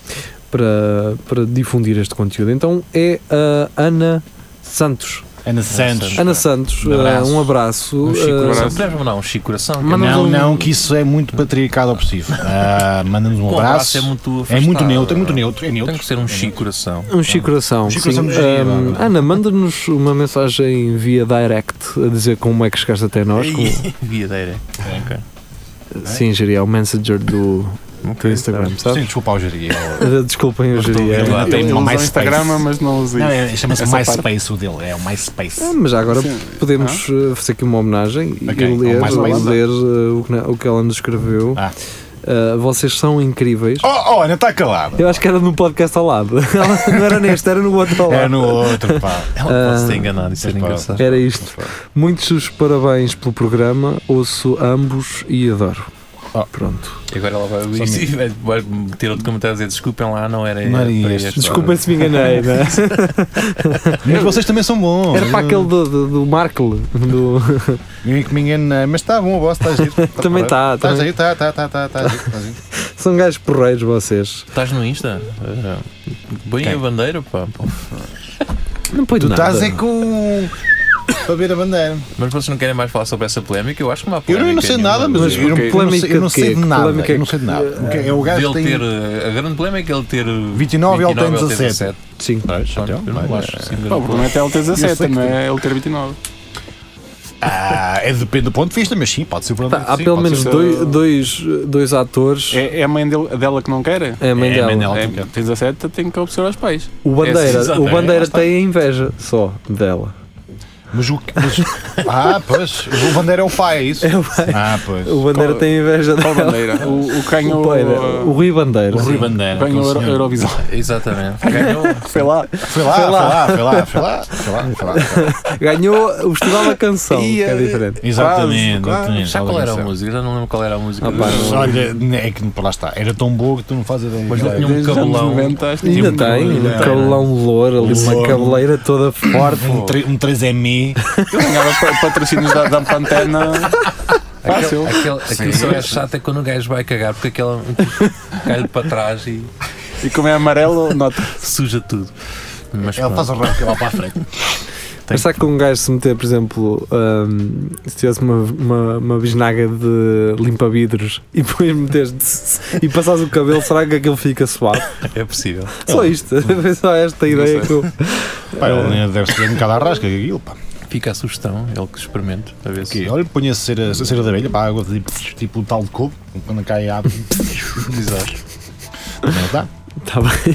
Speaker 2: para, para difundir este conteúdo. Então é a Ana Santos.
Speaker 4: Ana Santos.
Speaker 2: Ana Santos,
Speaker 4: Um abraço.
Speaker 2: uh, um abraço.
Speaker 3: Um Chico
Speaker 2: uh,
Speaker 3: Coração. Podemos mandar um Chico Coração? que é
Speaker 2: Manda-
Speaker 4: Não,
Speaker 2: um-
Speaker 4: não, que isso é muito patriarcado opressivo. Ah, Manda-nos um
Speaker 3: muito- um
Speaker 4: abraço.
Speaker 3: é muito
Speaker 4: É
Speaker 3: afastado.
Speaker 4: muito neutro, é muito neutro. É neutro.
Speaker 3: Tem que ser um Chico Coração.
Speaker 2: Um Chico Coração.
Speaker 4: Um Chico Coração
Speaker 2: sim.
Speaker 4: de Gia,
Speaker 2: Um,
Speaker 4: vá.
Speaker 2: Ana, manda-nos uma mensagem via direct a dizer como é que chegaste até nós. Como,
Speaker 3: Via Deira. Ok.
Speaker 2: sim, Geria, é o messenger do, do Instagram,
Speaker 4: Sim,
Speaker 2: sabes?
Speaker 4: desculpa ao geria.
Speaker 2: Desculpem o
Speaker 4: Eu estou
Speaker 2: Geria.
Speaker 4: a ver lá.
Speaker 5: Ele
Speaker 4: Tem
Speaker 5: ele
Speaker 4: uma
Speaker 5: usa o
Speaker 4: MySpace.
Speaker 5: Instagram, mas não usa
Speaker 4: Não,
Speaker 5: isso.
Speaker 4: é, chama-se
Speaker 5: Essa
Speaker 4: MySpace o dele. É o MySpace.
Speaker 2: Ah, mas já agora
Speaker 5: Sim.
Speaker 2: podemos uh, fazer aqui uma homenagem e
Speaker 4: Ok,
Speaker 2: ler,
Speaker 4: ao MySpace.
Speaker 2: ler uh, o, que, na- o que ela nos escreveu.
Speaker 4: Ah.
Speaker 2: Uh, vocês são incríveis.
Speaker 4: Oh, oh, ainda está calado.
Speaker 2: Eu acho que era no podcast ao lado. Ela não era neste, era no outro ao lado.
Speaker 4: É no outro, pá.
Speaker 3: Ela pode
Speaker 2: Ah,
Speaker 3: ser enganada e ser
Speaker 4: pode.
Speaker 3: engraçado.
Speaker 2: Era isto. Muitos parabéns pelo programa, ouço ambos e adoro.
Speaker 4: Oh.
Speaker 2: Pronto.
Speaker 3: E agora ela vai ouvir
Speaker 4: Só
Speaker 3: isso e vai, vai meter outro comentário a dizer desculpem lá, não era,
Speaker 4: Não era
Speaker 3: para
Speaker 4: este.
Speaker 3: este.
Speaker 2: Desculpem se me enganei, né?
Speaker 4: Mas vocês também são bons.
Speaker 2: Era para aquele do, do, do Markle. Do...
Speaker 4: Ninguém que me engane, mas está bom, o vosso está giro.
Speaker 2: Também está,
Speaker 4: Está
Speaker 2: também.
Speaker 4: giro, está, está, está, está, está giro, está giro.
Speaker 2: São gajos porreiros vocês.
Speaker 3: Estás no Insta? Uh, Bem
Speaker 4: Quem?
Speaker 3: a bandeira, pá. pô.
Speaker 2: Não põe
Speaker 4: Tu
Speaker 2: nada.
Speaker 4: estás é com. para ver a bandeira.
Speaker 3: Mas vocês não querem mais falar sobre essa polémica? Eu acho que não há
Speaker 4: Eu
Speaker 3: polémica.
Speaker 4: não, não sei
Speaker 3: nenhuma.
Speaker 4: nada, mas,
Speaker 2: Mas
Speaker 4: eu, não,
Speaker 2: porquê?
Speaker 4: eu não sei, eu não sei
Speaker 2: Polémica
Speaker 4: de
Speaker 2: de
Speaker 4: nada.
Speaker 2: polémica
Speaker 4: Eu não sei de nada.
Speaker 2: que-
Speaker 4: É o gajo
Speaker 3: Dele
Speaker 4: tem
Speaker 3: ter, a grande polémica é ele ter
Speaker 4: vinte e nove e ele tem
Speaker 3: vinte e nove,
Speaker 4: dezassete.
Speaker 2: Sim.
Speaker 4: Pois,
Speaker 3: Pronto,
Speaker 4: então,
Speaker 3: eu não
Speaker 4: vai,
Speaker 3: acho assim,
Speaker 5: Pá, o
Speaker 3: grande
Speaker 5: problema é até ele ter
Speaker 4: Eu sei
Speaker 5: dezassete,
Speaker 4: que
Speaker 5: não
Speaker 4: tem.
Speaker 5: é ele ter vinte e nove.
Speaker 4: Ah, é depende do ponto de vista, mas sim, pode ser o
Speaker 2: Pá,
Speaker 4: problema.
Speaker 2: há
Speaker 4: sim,
Speaker 2: pelo
Speaker 4: pode
Speaker 2: menos
Speaker 4: ser.
Speaker 2: dois, dois, dois atores.
Speaker 5: É, é a mãe dele- dela que não quer?
Speaker 2: É a mãe
Speaker 4: É a
Speaker 2: dela.
Speaker 4: mãe dela.
Speaker 5: É,
Speaker 4: tem que-
Speaker 5: tem dezassete, tem que obedecer aos pais.
Speaker 2: O Bandeira,
Speaker 5: É,
Speaker 3: exato,
Speaker 2: o
Speaker 3: é,
Speaker 2: Bandeira
Speaker 4: lá está.
Speaker 2: tem a inveja só dela.
Speaker 4: Mas o. Mas, ah, pois. O Bandeira é o pai, é isso?
Speaker 2: É o pai.
Speaker 4: Ah, pois.
Speaker 2: O Bandeira
Speaker 5: Qual-
Speaker 2: tem inveja
Speaker 5: Qual
Speaker 2: dela.
Speaker 5: bandeira? O, o que ganhou.
Speaker 2: O, Bandeira, o Rui Bandeira.
Speaker 4: O Rui Bandeira.
Speaker 5: Ganhou
Speaker 4: aquele
Speaker 5: Euro,
Speaker 4: senhor.
Speaker 5: Eurovisão.
Speaker 3: Exatamente. Ganhou.
Speaker 5: Foi lá.
Speaker 4: Foi lá, foi lá, foi lá, foi lá, foi lá, foi lá.
Speaker 2: Ganhou o Festival da Canção,
Speaker 5: E,
Speaker 2: que é
Speaker 5: eh,
Speaker 2: diferente.
Speaker 4: Exatamente,
Speaker 5: Quase,
Speaker 4: exatamente.
Speaker 3: Já qual era a música? Já não lembro qual era a música.
Speaker 2: Ah, pá,
Speaker 4: Mas,
Speaker 2: não.
Speaker 4: olha, é que lá está, era tão boa que tu não fazes ideia.
Speaker 3: Mas não tinha um
Speaker 5: Desde os anos
Speaker 3: cabelão.
Speaker 5: noventa, acho que
Speaker 2: Ainda
Speaker 5: tinha um
Speaker 2: tem, um
Speaker 4: Bandeira.
Speaker 2: cabelão louro ali, uma
Speaker 4: Louro.
Speaker 2: cabeleira toda forte.
Speaker 4: Um, tre- um três M E.
Speaker 5: Eu ganhava pa- patrocínios da, da Pantene. Fácil.
Speaker 3: Aquele, aquele, aquilo
Speaker 4: Sim.
Speaker 3: só é chato é quando o gajo vai cagar porque aquele cai para trás e
Speaker 5: E como é amarelo, nota.
Speaker 3: suja tudo. Mas
Speaker 4: Ele faz
Speaker 3: pronto.
Speaker 4: o ramo lá para a frente.
Speaker 2: Mas sabe que um gajo se meter, por exemplo, hum, se tivesse uma, uma, uma bisnaga de limpa-vidros e depois meteres e passares o cabelo, será que aquilo fica suave?
Speaker 3: É possível.
Speaker 2: Só isto, foi só esta ideia que eu.
Speaker 4: Pá, ele deve ser um bocado à rasca aquilo, pá.
Speaker 3: Fica a sugestão, ele que experimente, a ver se.
Speaker 4: Aqui, olha, põe a cera, a cera da abelha para a água, tipo, tipo o tal de couve, quando cai a água.
Speaker 3: Exato.
Speaker 4: Não dá.
Speaker 2: Está bem.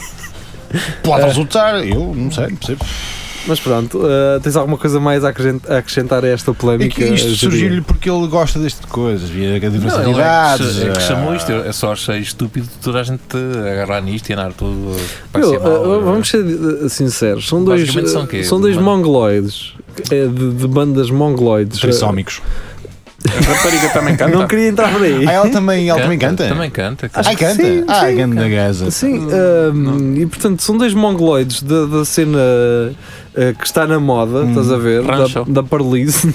Speaker 4: Pode resultar, eu não sei, não percebo.
Speaker 2: Mas pronto, uh, tens alguma coisa mais a acrescent- a acrescentar a esta
Speaker 4: É
Speaker 2: polémica?
Speaker 4: que isto
Speaker 2: Jeria?
Speaker 4: surgiu-lhe porque ele gosta deste de coisas, via a
Speaker 3: Não, ele é
Speaker 4: diversidade.
Speaker 3: que, é que chamou isto. Eu só achei estúpido toda a gente agarrar nisto e andar tudo para
Speaker 2: Meu,
Speaker 3: ser mau.
Speaker 2: uh, vamos ser uh, sinceros, são dois,
Speaker 3: Basicamente são
Speaker 2: uh,
Speaker 3: o quê?
Speaker 2: são dois
Speaker 3: Mano.
Speaker 2: mongoloides, é, de, de bandas mongoloides.
Speaker 4: Trissómicos.
Speaker 5: A rapariga também canta.
Speaker 2: Não queria entrar por aí.
Speaker 4: Ah, ela também, ela também canta?
Speaker 3: Também canta.
Speaker 2: Acho
Speaker 4: Ai,
Speaker 2: que
Speaker 4: canta?
Speaker 2: sim,
Speaker 4: ah,
Speaker 2: sim,
Speaker 4: grande gaza.
Speaker 2: Sim, um, e portanto são dois mongoloides da, da cena uh, que está na moda,
Speaker 4: Hum,
Speaker 2: estás a ver? Da,
Speaker 5: rancho.
Speaker 2: da paralice.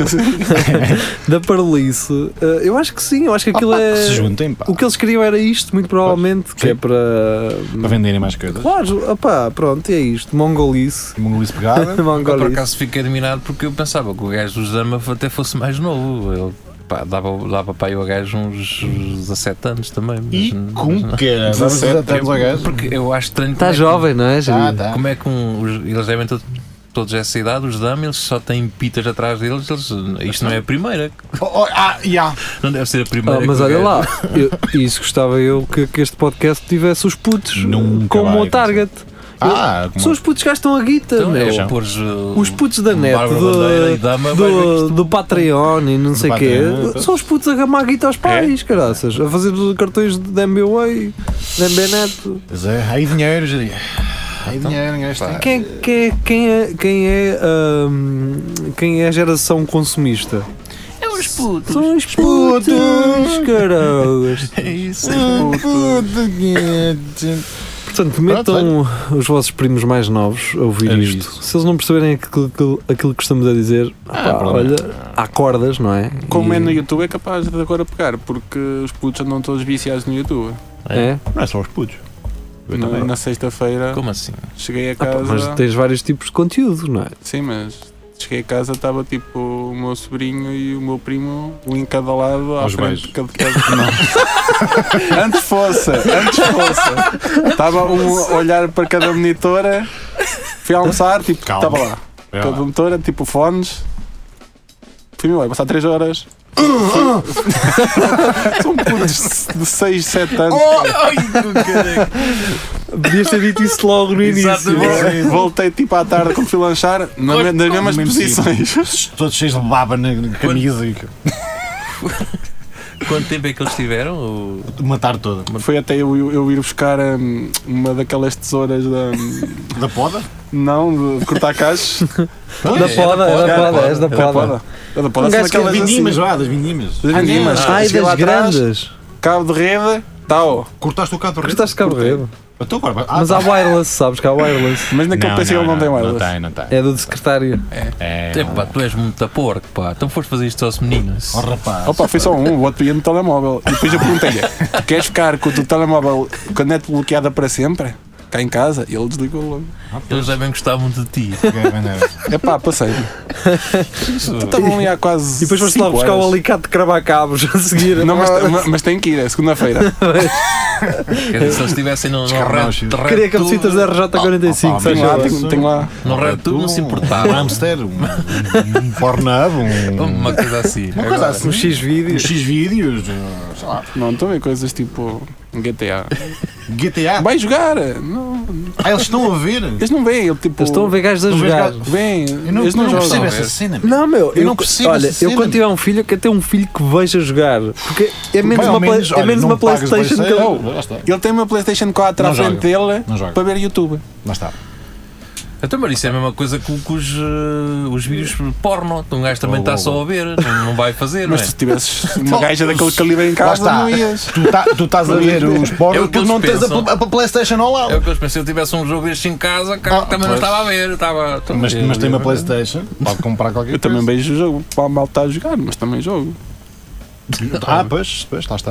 Speaker 2: da paralice. Uh, eu acho que sim, eu acho que aquilo
Speaker 4: Opa,
Speaker 2: é.
Speaker 4: que se juntem, pá,
Speaker 2: O que eles queriam era isto, muito provavelmente, que
Speaker 4: Sim.
Speaker 2: é para.
Speaker 4: para venderem mais coisas.
Speaker 2: Claro, opá, pronto, é isto. Mongolice.
Speaker 4: Mongolice pegada.
Speaker 3: Eu, por
Speaker 2: Mongolice.
Speaker 3: acaso fiquei admirado porque eu pensava que o gajo dos Dama até fosse mais novo. Ele pá, dava, dava para aí o gajo uns dezassete anos também. Mas,
Speaker 4: E
Speaker 3: mas
Speaker 4: com
Speaker 3: não.
Speaker 4: que era?
Speaker 5: dezassete
Speaker 4: anos ao gajo.
Speaker 3: Porque eu acho estranho.
Speaker 2: Está
Speaker 3: como é que-
Speaker 2: jovem, não é, Jeria?
Speaker 4: Tá, tá.
Speaker 3: Como é que um, os- eles devem todos, todos essa idade, os Dama, eles só têm pitas atrás deles. Eles, isto não é a primeira.
Speaker 4: Oh, oh, ah, já.
Speaker 3: Não deve ser a primeira.
Speaker 2: Ah, mas
Speaker 3: que o
Speaker 2: olha
Speaker 3: gajo-
Speaker 2: lá, eu, isso gostava eu que, que este podcast tivesse os putos
Speaker 4: Nunca
Speaker 2: como
Speaker 4: vai
Speaker 2: o target.
Speaker 4: Ah,
Speaker 2: São os putos que gastam a guita,
Speaker 3: Então,
Speaker 2: meu.
Speaker 3: é pôres, uh,
Speaker 2: Os putos da net,
Speaker 3: Bárbara Bandeira e
Speaker 2: do,
Speaker 3: Dama, vais ver que
Speaker 2: do,
Speaker 3: isto-
Speaker 2: do Patreon e não sei o quê,
Speaker 4: Patreon.
Speaker 2: são os putos a gamar a guita aos pais, caraças, a fazer cartões de M B Way, de M B Net.
Speaker 4: Pois é, há aí dinheiro, já digo. Há aí dinheiro, um gajo tem.
Speaker 2: Quem, quem, quem é, quem, é, hum, quem é a geração consumista?
Speaker 3: É os putos.
Speaker 2: São os putos, caras.
Speaker 3: É isso.
Speaker 2: Portanto, metam os vossos primos mais novos a ouvir
Speaker 4: É
Speaker 2: isto.
Speaker 4: isso.
Speaker 2: Se eles não perceberem aquilo, aquilo, aquilo que estamos a dizer,
Speaker 4: Ah,
Speaker 2: pá,
Speaker 4: pronto.
Speaker 2: olha, há cordas, não é?
Speaker 5: Como
Speaker 2: E-
Speaker 5: é no YouTube, é capaz de agora pegar, porque os putos andam todos viciados no YouTube.
Speaker 2: É?
Speaker 4: Não é só os putos. Eu
Speaker 5: Na,
Speaker 4: também.
Speaker 5: na sexta-feira
Speaker 3: Como assim?
Speaker 5: cheguei a
Speaker 2: Ah, pá,
Speaker 5: casa.
Speaker 2: mas tens vários tipos de conteúdo, não é?
Speaker 5: Sim, mas cheguei a casa, estava tipo o meu sobrinho e o meu primo, um em cada lado, à
Speaker 4: Aos
Speaker 5: frente de
Speaker 4: beijos.
Speaker 5: cada, cada... Não. Antes fosse, antes fosse. Estava um a olhar para cada monitora, fui almoçar, tipo,
Speaker 4: Calma.
Speaker 5: estava lá.
Speaker 4: É
Speaker 5: Cada
Speaker 4: lá.
Speaker 5: monitora, tipo fones. Fui-me embora, passar três horas. São putos de seis, sete anos.
Speaker 2: Podias ter dito isso logo no início.
Speaker 3: Exatamente.
Speaker 5: Voltei tipo à tarde quando fui lanchar, na me- nas mesmas
Speaker 4: mesmo
Speaker 5: posições.
Speaker 4: Todos cheios de baba na na camisa e
Speaker 3: Quanto tempo é que eles tiveram? O-
Speaker 4: matar toda.
Speaker 5: Foi até eu, eu, eu ir buscar hum, uma daquelas tesouras da.
Speaker 4: Da poda?
Speaker 5: Não, de cortar cachos.
Speaker 2: Da
Speaker 3: É,
Speaker 2: poda,
Speaker 3: é
Speaker 2: é
Speaker 3: da
Speaker 2: da
Speaker 3: poda,
Speaker 2: poda, és da
Speaker 5: É da
Speaker 2: poda.
Speaker 5: poda. É da poda,
Speaker 2: Um
Speaker 5: são
Speaker 2: gajo que é
Speaker 5: daquelas
Speaker 4: Vindimas,
Speaker 5: assim.
Speaker 4: vá, das vindimas.
Speaker 5: Das vindimas.
Speaker 2: Ai,
Speaker 5: Cheguei lá
Speaker 2: das
Speaker 5: atrás,
Speaker 2: grandes.
Speaker 5: cabo de rede, tal.
Speaker 4: Cortaste o cabo do
Speaker 2: Gostaste de cabo de rede?
Speaker 4: Então, agora, ah,
Speaker 2: Mas
Speaker 4: tá.
Speaker 2: há wireless, sabes que há wireless.
Speaker 5: Mas naquele P C ele não tem mais.
Speaker 4: Não tem, não tem.
Speaker 2: É do secretário.
Speaker 4: É,
Speaker 3: É, pá, tu és muito a porco, pá. Então foste fazer isto aos meninos.
Speaker 4: oh, rapaz.
Speaker 5: Opa, foi só um, o outro ia no telemóvel. E depois eu perguntei-lhe: queres ficar com o teu telemóvel com a net bloqueada para sempre? cá em casa e ele desligou logo.
Speaker 3: Eles devem gostar muito de ti.
Speaker 5: É pá, passei. Estavam ali há quase.
Speaker 2: E depois foste lá
Speaker 5: cinco
Speaker 2: buscar o
Speaker 5: horas.
Speaker 2: alicate de cravar cabos a seguir.
Speaker 5: Não, mas, mas, mas tem que ir, é segunda-feira.
Speaker 3: Quer dizer, se eles estivessem no, no
Speaker 4: Descarnados.
Speaker 3: Red, Red
Speaker 2: Queria cabecitas da R J quarenta e cinco,
Speaker 4: Ah,
Speaker 2: faz
Speaker 5: Tem lá,
Speaker 2: favor.
Speaker 5: tem, tem lá.
Speaker 3: no Red Tour não se importava.
Speaker 4: Um hamster, um, um Pornhub, um.
Speaker 3: Uma coisa assim.
Speaker 4: Uma coisa assim.
Speaker 2: Um X
Speaker 4: Uns
Speaker 2: vídeos.
Speaker 4: X vídeos, sei lá.
Speaker 5: Não, estou a ver coisas tipo G T A.
Speaker 4: G T A.
Speaker 5: Vai jogar! Não,
Speaker 4: Ah, eles estão a ver.
Speaker 5: eles não veem, ele tipo.
Speaker 2: Eles estão a ver gajos a
Speaker 4: Não vês
Speaker 2: jogar.
Speaker 4: gajos-
Speaker 5: Vêm,
Speaker 4: Eu não,
Speaker 5: eles não,
Speaker 4: eu não
Speaker 5: jogam.
Speaker 4: percebo
Speaker 3: ver.
Speaker 4: essa cena.
Speaker 2: Não, meu,
Speaker 4: Eu não percebo
Speaker 2: olha,
Speaker 4: essa
Speaker 2: eu
Speaker 4: cena.
Speaker 2: quando tiver um filho, eu quero ter um filho que veja jogar. Porque é menos
Speaker 4: Bem, ao
Speaker 2: uma, play-
Speaker 4: menos,
Speaker 2: é
Speaker 4: olha,
Speaker 2: menos
Speaker 4: não
Speaker 2: uma
Speaker 4: pagas
Speaker 2: PlayStation que ele.
Speaker 4: PlayStation, lá está.
Speaker 5: Ele tem uma PlayStation quatro
Speaker 4: Não
Speaker 5: à frente
Speaker 4: joga.
Speaker 5: dele
Speaker 4: Não joga.
Speaker 5: para ver YouTube.
Speaker 4: Lá está.
Speaker 3: Então, mas isso é a mesma coisa que, que os, eh, os vídeos porno. Um gajo também
Speaker 4: Oh,
Speaker 3: está
Speaker 4: oh,
Speaker 3: só a ver, não, não vai fazer, não
Speaker 5: Mas
Speaker 3: é?
Speaker 5: se tivesses uma gaja daquele calibre em
Speaker 4: Lá
Speaker 5: casa,
Speaker 4: está.
Speaker 5: não ias.
Speaker 4: Tu, tá, tu estás a ver os
Speaker 3: É
Speaker 4: pornos
Speaker 3: o que
Speaker 4: porque não
Speaker 3: eles
Speaker 4: tens a,
Speaker 3: pensam.
Speaker 4: a, a PlayStation ao
Speaker 3: É o
Speaker 4: lado.
Speaker 3: que eles pensam. Se eu tivesse um jogo este em casa, cá,
Speaker 4: Ah,
Speaker 3: também não
Speaker 4: pois.
Speaker 3: estava a ver. Estava, estava
Speaker 4: Mas,
Speaker 3: a ver.
Speaker 4: mas tem uma PlayStation, pode comprar qualquer
Speaker 5: Eu
Speaker 4: coisa.
Speaker 5: também vejo o jogo para a malta a jogar, mas também jogo.
Speaker 4: Ah, pois, pois, lá está.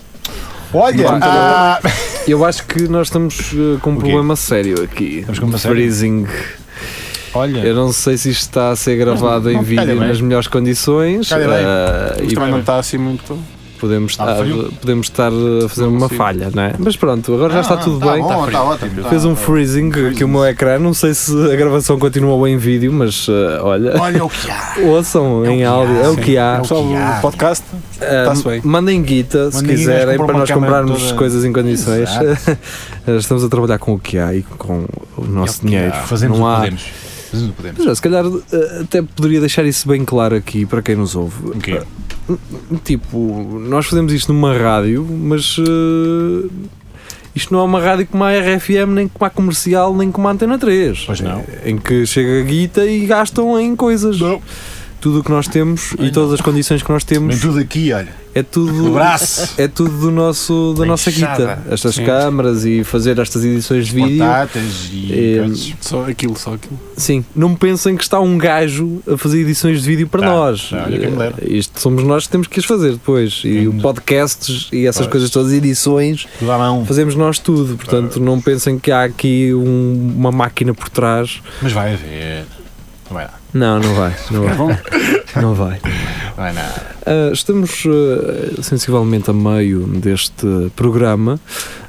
Speaker 4: Olha,
Speaker 5: Vamos
Speaker 4: ah,
Speaker 2: Eu acho que nós estamos uh, com um
Speaker 4: O quê?
Speaker 2: problema sério aqui.
Speaker 4: Estamos com uma sério?
Speaker 2: Freezing.
Speaker 4: olha,
Speaker 2: Eu não sei se isto está a ser gravado em
Speaker 4: não, calha
Speaker 2: vídeo
Speaker 4: bem.
Speaker 2: nas melhores condições.
Speaker 4: Calha bem.
Speaker 2: uh,
Speaker 5: Mas
Speaker 2: e
Speaker 5: também não está assim muito.
Speaker 2: podemos
Speaker 4: Está
Speaker 2: estar,
Speaker 4: frio?
Speaker 2: podemos estar a fazer uma
Speaker 5: Sim.
Speaker 2: falha, não é? Mas pronto, agora já está tudo
Speaker 4: tá
Speaker 2: bem.
Speaker 4: Bom, está ótimo. tá.
Speaker 2: Fez um freezing aqui o meu ecrã. Não sei se a gravação continuou em vídeo, mas uh, olha,
Speaker 4: Olha o que há.
Speaker 2: ouçam
Speaker 4: É o
Speaker 2: em
Speaker 4: que
Speaker 2: áudio,
Speaker 4: há,
Speaker 2: é o
Speaker 4: sim.
Speaker 2: que há.
Speaker 5: Só
Speaker 4: que há.
Speaker 5: o podcast.
Speaker 2: Uh,
Speaker 5: Tá-se bem.
Speaker 2: mandem guita se
Speaker 4: Mandem guita,
Speaker 2: quiserem
Speaker 4: comprar
Speaker 2: para
Speaker 4: uma
Speaker 2: nós
Speaker 4: câmera
Speaker 2: comprarmos
Speaker 4: toda-
Speaker 2: coisas em condições.
Speaker 4: Exato.
Speaker 2: Estamos a trabalhar com o que há e com o nosso dinheiro.
Speaker 4: Fazemos
Speaker 2: não
Speaker 4: o que
Speaker 2: há.
Speaker 4: podemos. Fazemos o que podemos.
Speaker 2: Mas, já, se calhar uh, até poderia deixar isso bem claro aqui para quem nos ouve.
Speaker 4: O quê?
Speaker 2: Uh, Tipo, nós fazemos isto numa rádio, mas uh, isto não é uma rádio como a R F M, nem como a comercial, nem como a Antena três.
Speaker 4: Pois não.
Speaker 2: É, em que chega a guita e gastam em coisas.
Speaker 4: Não.
Speaker 2: Tudo o que nós temos e todas as condições que nós temos
Speaker 4: Vem tudo aqui, olha.
Speaker 2: é tudo,
Speaker 4: No braço.
Speaker 2: é tudo do nosso, da
Speaker 3: Da
Speaker 2: nossa
Speaker 3: enxada.
Speaker 2: guita. Estas
Speaker 5: Sim.
Speaker 2: câmaras e fazer estas edições de vídeo.
Speaker 4: Portáteis e
Speaker 2: É,
Speaker 4: coisas.
Speaker 5: Só aquilo, só aquilo.
Speaker 2: Sim, não pensem que está um gajo a fazer edições de vídeo para
Speaker 4: Tá,
Speaker 2: nós.
Speaker 4: tá, olha quem me dera.
Speaker 2: Eh, Isto somos nós que temos que as fazer depois. E
Speaker 4: Quem
Speaker 2: o
Speaker 4: me-
Speaker 2: podcasts e essas
Speaker 4: Pois.
Speaker 2: coisas todas, edições,
Speaker 4: Tudo à mão.
Speaker 2: fazemos nós tudo. Portanto, não pensem que há aqui um- uma máquina por trás.
Speaker 4: Mas vai haver. Não vai dar.
Speaker 2: Não, não vai. Não
Speaker 5: É
Speaker 2: vai.
Speaker 5: bom.
Speaker 2: Não vai.
Speaker 4: Não vai nada.
Speaker 2: Ah, estamos ah, sensivelmente a meio deste programa.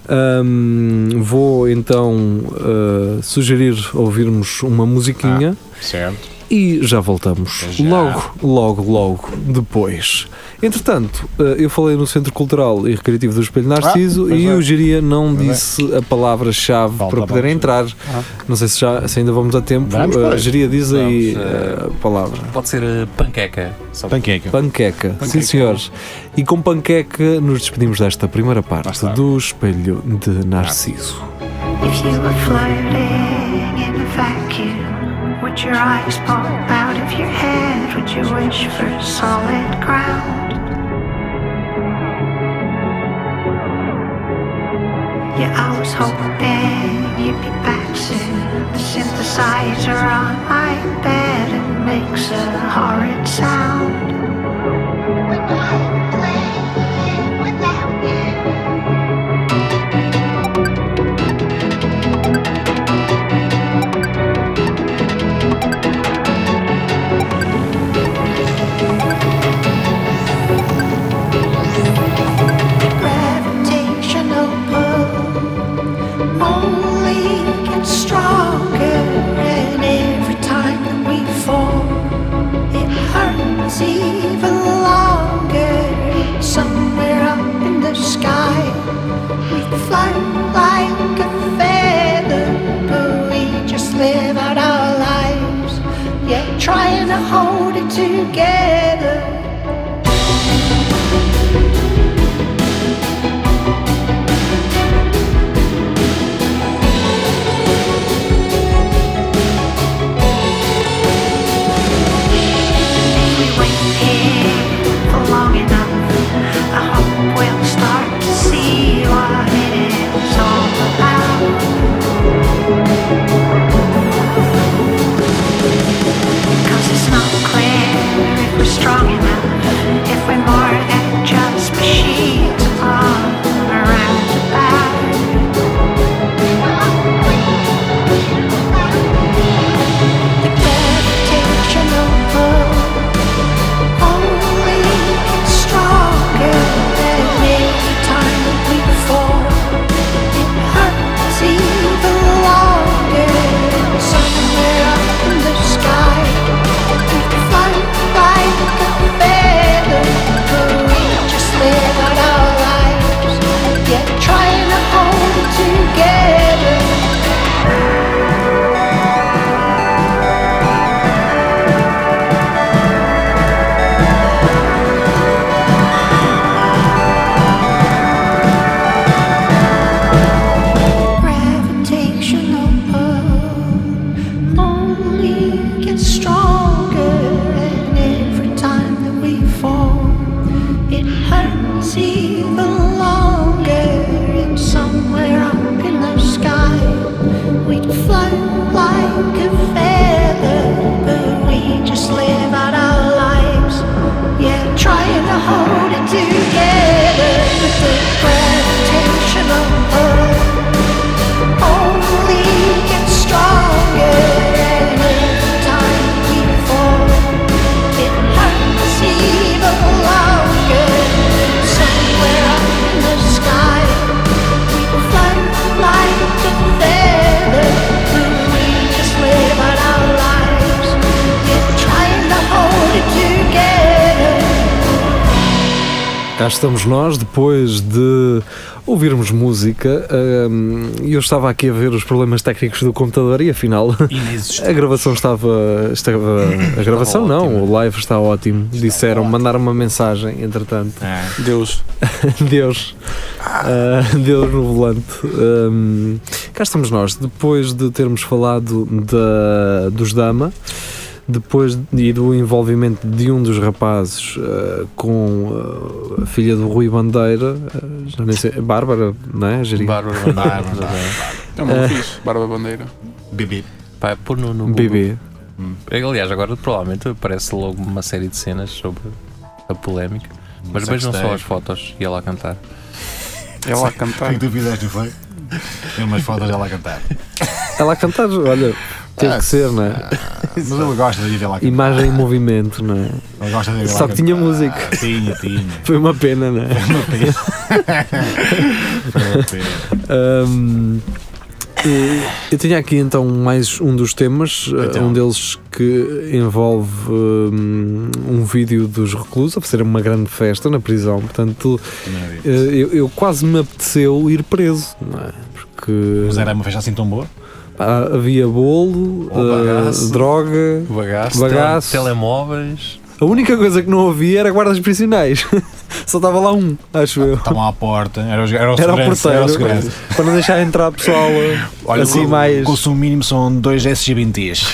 Speaker 2: Ahm, vou então ah, sugerir ouvirmos uma musiquinha
Speaker 4: Certo.
Speaker 2: e já voltamos
Speaker 4: Até já.
Speaker 2: logo, logo, logo depois. Entretanto, ah, eu falei no Centro Cultural e Recreativo do Espelho Narciso
Speaker 4: Ah, pois
Speaker 2: e
Speaker 4: é.
Speaker 2: o Geria não
Speaker 4: Pois é.
Speaker 2: disse a palavra-chave
Speaker 4: Falta
Speaker 2: para
Speaker 4: a
Speaker 2: poder entrar.
Speaker 5: Ah.
Speaker 2: Não sei se, já, se ainda vamos a tempo.
Speaker 4: Vamos,
Speaker 2: Ah,
Speaker 4: pois.
Speaker 2: Geria, diz aí
Speaker 3: Vamos, eh,
Speaker 2: a palavra.
Speaker 3: Pode ser eh, panqueca. Só
Speaker 4: Panqueca.
Speaker 2: Panqueca, sim senhores. E com panqueca nos despedimos desta primeira parte
Speaker 4: está.
Speaker 2: do Espelho de Narciso.
Speaker 6: If you were floating in a vacuum, would your eyes pop out of your head? Would you wish for solid ground? Yeah, I was hoping you'd be back soon. The synthesizer on my bed, it makes a horrid sound. Gravitational pull only gets stronger, and every time that we fall, it hurts even longer. Somewhere up in the sky, we fly like a feather, but we just live out our lives, yeah, trying to hold it together. If we wait here for long enough, I hope we'll start to see what it is all about. 'Cause it's not clear if
Speaker 2: Cá estamos nós, depois de ouvirmos música, hum, e eu estava aqui a ver os problemas técnicos do computador e afinal a gravação estava, estava a gravação
Speaker 3: Estava
Speaker 2: não,
Speaker 3: ótimo.
Speaker 2: o live está ótimo, disseram, mandaram uma mensagem, entretanto,
Speaker 4: Ah,
Speaker 5: Deus.
Speaker 2: Deus, ah, Deus no volante. Hum, cá estamos nós, depois de termos falado da, dos Dama, depois e do envolvimento de um dos rapazes uh, com uh, a filha do Rui Bandeira, uh, já nem sei, Bárbara, não é? Jeria?
Speaker 3: Bárbara
Speaker 4: Bárbara,
Speaker 3: Bandeira.
Speaker 5: É muito fixe. Barba Bandeira.
Speaker 4: bebê.
Speaker 3: Pá, pôr no, no
Speaker 2: B B.
Speaker 3: Google. Aliás, agora provavelmente aparece logo uma série de cenas sobre a polémica. Mas vejam só as fotos e ela a cantar.
Speaker 5: Ela a
Speaker 4: O que
Speaker 5: cantar.
Speaker 4: é que tu fizeste, foi? Tem umas fotos dela a cantar.
Speaker 2: Ela a cantar, olha, teve
Speaker 4: Ah,
Speaker 2: que ser, não é?
Speaker 4: Mas ele gosta de ir lá cantar.
Speaker 2: Imagem em movimento, não é?
Speaker 4: Ele gosta de ir lá
Speaker 2: Só que
Speaker 4: cantar.
Speaker 2: tinha música.
Speaker 4: Tinha, tinha.
Speaker 2: Foi uma pena, não é?
Speaker 4: Uma pena. Foi uma pena.
Speaker 2: Um, e eu tinha aqui então mais um dos temas, uh,
Speaker 4: Então.
Speaker 2: um deles que envolve um, um vídeo dos reclusos a fazer uma grande festa na prisão, portanto uh, eu, eu quase me apeteceu ir preso, não é? Porque
Speaker 4: Mas era uma festa assim tão boa?
Speaker 2: pá, havia bolo,
Speaker 3: Oh,
Speaker 2: uh,
Speaker 3: bagaço.
Speaker 2: droga,
Speaker 3: Bagaço,
Speaker 2: Bagaço.
Speaker 3: tele- telemóveis.
Speaker 2: a única coisa que não havia era guardas prisionais. Só estava lá um, acho eu.
Speaker 4: Estavam à porta, era o, era o
Speaker 2: Era o
Speaker 4: segurança, era o
Speaker 2: porteiro,
Speaker 4: segurança.
Speaker 2: para não deixar entrar pessoal uh,
Speaker 4: Olha,
Speaker 2: assim
Speaker 4: o,
Speaker 2: mais.
Speaker 4: o consumo mínimo são dois S G vinte.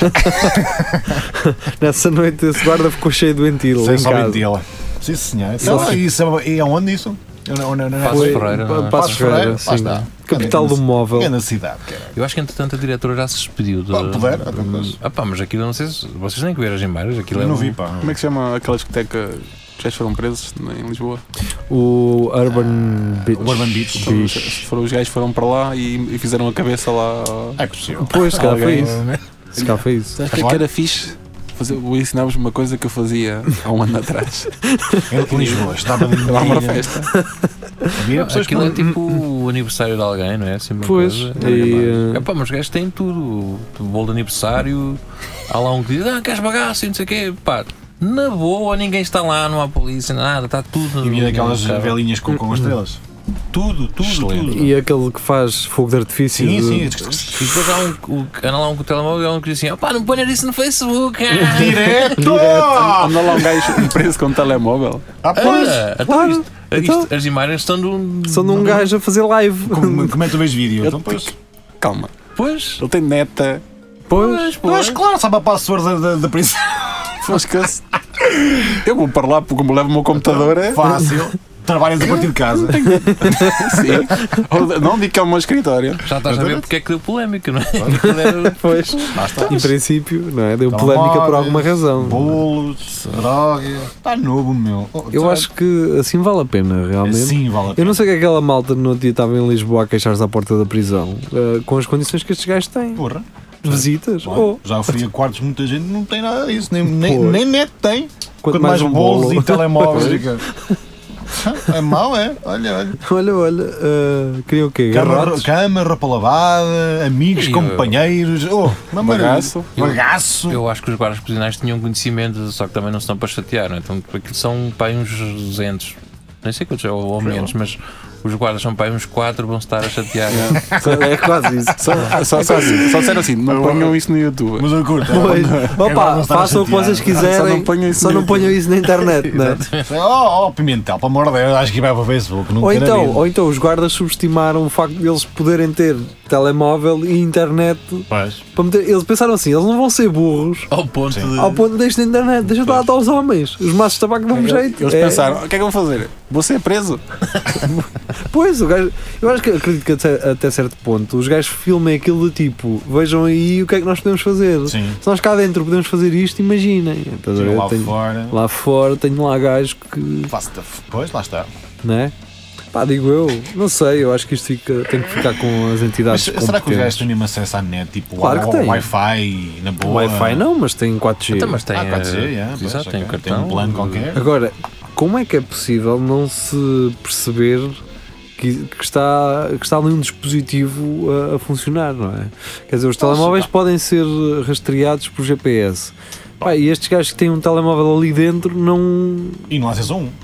Speaker 2: Nessa noite esse guarda ficou cheio de ventil
Speaker 4: Sem
Speaker 2: em
Speaker 4: só
Speaker 2: casa.
Speaker 4: vintila. Sim, senhor.
Speaker 2: Só
Speaker 4: Então,
Speaker 2: se-
Speaker 4: isso é, e aonde isso? Eu não, não, não, não,
Speaker 3: Passos
Speaker 2: Foi-
Speaker 3: Ferreira, não é?
Speaker 2: Pa- Passos Ferreira,
Speaker 4: Lá
Speaker 2: sim.
Speaker 4: está.
Speaker 2: Capital do móvel.
Speaker 4: É na cidade, cara.
Speaker 3: Eu acho que entretanto a diretora já se despediu. De,
Speaker 4: Ah, puder, outra coisa.
Speaker 3: ah, pá, mas aquilo eu não sei se vocês têm que ver as imagens. Aquilo
Speaker 4: Eu
Speaker 3: é
Speaker 4: não
Speaker 3: um-
Speaker 4: vi, pá.
Speaker 5: Como é que se chama aquela discoteca que já foram presos em Lisboa?
Speaker 2: O Urban Beach.
Speaker 4: o Urban Beach.
Speaker 5: Então,
Speaker 2: Beach.
Speaker 5: foram, os gajos foram para lá e, e fizeram a cabeça lá.
Speaker 4: É possível.
Speaker 2: Pois, se calhar foi
Speaker 5: Alguém-
Speaker 2: isso. Se calhar foi isso.
Speaker 5: Sabes o que é que era fixe? Fazer, vou ensinar-vos uma coisa que eu fazia há um ano atrás.
Speaker 4: Em Lisboa, estava de
Speaker 5: Lá uma
Speaker 4: manhã.
Speaker 5: festa.
Speaker 4: Havia pessoas que
Speaker 3: Aquilo é
Speaker 4: não-
Speaker 3: tipo o aniversário de alguém, não é? Assim, uma
Speaker 2: Pois,
Speaker 3: coisa.
Speaker 2: e,
Speaker 3: É pá, mas os gajos têm tudo. O bolo de aniversário. Há lá um que diz: Ah, queres bagaço? E não sei o quê. Pá, na boa, ninguém está lá, não há polícia, nada, está tudo.
Speaker 4: E havia daquelas
Speaker 3: no carro.
Speaker 4: velhinhas com, com estrelas.
Speaker 3: Tudo, tudo,
Speaker 4: Excelente.
Speaker 3: tudo.
Speaker 2: E aquele que faz fogo de artifício.
Speaker 4: Sim,
Speaker 2: de-
Speaker 4: sim.
Speaker 3: E depois há um, o, anda lá um com o telemóvel e há um que diz assim: Pá, não ponha isso no Facebook. ah."
Speaker 4: Direto!
Speaker 5: Anda lá um gajo preso com um telemóvel.
Speaker 4: Ah, pois!
Speaker 3: Ah, então
Speaker 2: Claro.
Speaker 3: isto-
Speaker 2: Então.
Speaker 3: isto- as imagens estão de um.
Speaker 2: São de um gajo a fazer live.
Speaker 4: Como, como é que tu vês vídeo?
Speaker 5: Eu
Speaker 4: Então, pois.
Speaker 5: Calma.
Speaker 3: Pois,
Speaker 5: Ele tem neta.
Speaker 2: Pois,
Speaker 4: Pois, claro, sabe a password da, da, da prisão.
Speaker 5: Fosca-se. Eu vou para lá porque como levo o meu computador é.
Speaker 4: Fácil. Trabalhas a partir de casa.
Speaker 5: Sim. Ou- Não digo que é o meu escritório.
Speaker 3: já estás a ver porque é que deu polémica, não é? Aquilo era-
Speaker 2: pois.
Speaker 4: Lá está.
Speaker 2: Em princípio, não é? Deu
Speaker 4: Então,
Speaker 2: polémica por
Speaker 4: móveis,
Speaker 2: alguma razão.
Speaker 4: Bolos, droga. Está novo, meu. Oh,
Speaker 2: Eu
Speaker 4: sabe?
Speaker 2: acho que assim vale a pena, realmente.
Speaker 4: Sim, vale a
Speaker 2: Eu
Speaker 4: pena.
Speaker 2: não sei que aquela malta no outro dia estava em Lisboa a queixar-se à porta da prisão eh, com as condições que estes gajos têm.
Speaker 4: Porra.
Speaker 2: Visitas.
Speaker 4: Olha,
Speaker 2: Oh,
Speaker 4: já oferia quartos, muita gente não tem nada disso. Nem, nem,
Speaker 2: Pois.
Speaker 4: nem net tem.
Speaker 2: quanto
Speaker 4: Quanto mais,
Speaker 2: um
Speaker 4: bolos
Speaker 2: bolo.
Speaker 4: e telemóveis. fica. É mau, é? Olha, olha.
Speaker 2: Olha, olha, eh, queria o quê?
Speaker 4: Cama,
Speaker 2: Garrotes?
Speaker 4: cama, roupa lavada, amigos,
Speaker 3: E eu-
Speaker 4: companheiros. Oh, uma maravilha.
Speaker 5: Bagaço.
Speaker 4: Bagaço.
Speaker 3: Eu acho que os guardas prisionais tinham conhecimento, só que também não estão para chatear, não é? Então aquilo são pá, uns duzentos, nem sei quantos, ou, ou menos, mas os guardas são pá, uns quatro, vão estar a chatear.
Speaker 2: É quase isso.
Speaker 5: Só, só, só, só disseram assim: não ponham isso no YouTube.
Speaker 4: Mas eu curto.
Speaker 2: Pois,
Speaker 4: Agora
Speaker 2: opa,
Speaker 4: não estar a
Speaker 2: façam o que
Speaker 4: chatear.
Speaker 2: vocês quiserem,
Speaker 5: Só não ponham isso
Speaker 2: só
Speaker 5: no
Speaker 2: não ponham isso na internet, não é?
Speaker 4: Oh, oh, Pimentel, para amor de Deus, acho que vai para o Facebook. Nunca
Speaker 2: Ou
Speaker 4: na
Speaker 2: então,
Speaker 4: vida.
Speaker 2: ou então os guardas subestimaram o facto de eles poderem ter telemóvel e internet
Speaker 4: Pois.
Speaker 2: para meter. Eles pensaram assim, eles não vão ser burros
Speaker 3: Ao ponto
Speaker 4: Sim.
Speaker 3: de.
Speaker 2: ao ponto desta internet, deixa lá estar os homens, os maços de tabaco dão um jeito.
Speaker 5: Eles
Speaker 2: É,
Speaker 5: pensaram: o que é que eu vou fazer? Vou ser preso.
Speaker 2: Pois, o gajo, eu acho que acredito que até, até certo ponto os gajos filmem aquilo de tipo, vejam aí o que é que nós podemos fazer.
Speaker 4: Sim.
Speaker 2: Se nós cá dentro podemos fazer isto, imaginem. Estás a ver?
Speaker 4: Lá
Speaker 2: Tenho-
Speaker 4: fora.
Speaker 2: lá fora tenho lá gajos que.
Speaker 4: Faço da- Pois, lá está.
Speaker 2: Não é? Pá, digo eu, não sei, eu acho que isto fica, tem que ficar com as
Speaker 4: Mas
Speaker 2: entidades
Speaker 4: será que os gajos
Speaker 2: competentes.
Speaker 4: têm mesmo acesso à net? Tipo,
Speaker 2: Claro que
Speaker 4: ao-
Speaker 2: têm.
Speaker 4: Wi-Fi, na
Speaker 2: O
Speaker 4: boa?
Speaker 2: Wi-Fi não, mas tem quatro G.
Speaker 3: Então, mas tem.
Speaker 4: Ah, quatro G,
Speaker 3: eh,
Speaker 4: yeah, pois,
Speaker 3: exato, tem
Speaker 4: ok.
Speaker 3: um cartão.
Speaker 4: Tem um plano qualquer.
Speaker 2: Agora, como é que é possível não se perceber que, que está, que está ali um dispositivo a, a funcionar, não é? Quer dizer, os telemóveis podem ser rastreados por G P S. Pá, e estes gajos que têm um telemóvel ali dentro não.
Speaker 4: E não há acesso a um.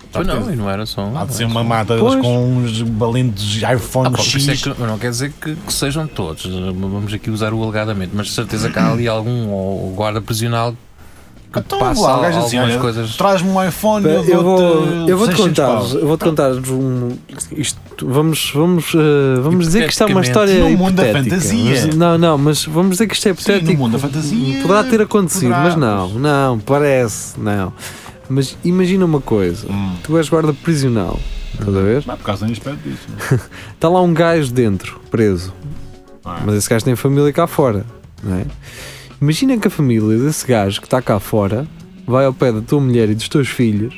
Speaker 3: Pois não, e não era só um.
Speaker 4: Há de ser uma mata
Speaker 2: Pois.
Speaker 4: com uns balentes
Speaker 3: Ah,
Speaker 4: iPhone
Speaker 3: pá, por isso é
Speaker 4: X.
Speaker 3: que não quer dizer que, que sejam todos, vamos aqui usar o alegadamente, mas de certeza que há ali algum ou guarda prisional que
Speaker 4: Então,
Speaker 3: passa
Speaker 4: lá, o gajo assim,
Speaker 3: algumas
Speaker 4: olha,
Speaker 3: coisas.
Speaker 4: traz-me um iPhone,
Speaker 2: Eu,
Speaker 4: eu
Speaker 2: vou,
Speaker 4: dou-te
Speaker 2: eu vou-te
Speaker 4: seiscentos
Speaker 2: contar,
Speaker 4: paus.
Speaker 2: eu vou-te contar um, isto, vamos, vamos, uh, vamos dizer que isto é uma
Speaker 3: Hipoteticamente,
Speaker 2: história
Speaker 4: no mundo da
Speaker 2: hipotética.
Speaker 4: fantasia.
Speaker 2: Mas- não, não, mas vamos dizer que isto é
Speaker 4: Sim,
Speaker 2: hipotético.
Speaker 4: no mundo da fantasia.
Speaker 2: Poderá ter acontecido,
Speaker 4: poderá.
Speaker 2: mas não, não, parece, não. Mas imagina uma coisa,
Speaker 4: Hum.
Speaker 2: tu és guarda prisional, estás a ver?
Speaker 4: Não, por causa do aspecto disso.
Speaker 2: Está lá um gajo dentro, preso,
Speaker 4: Ah.
Speaker 2: mas esse gajo tem família cá fora, não é? Imagina que a família desse gajo que está cá fora vai ao pé da tua mulher e dos teus filhos,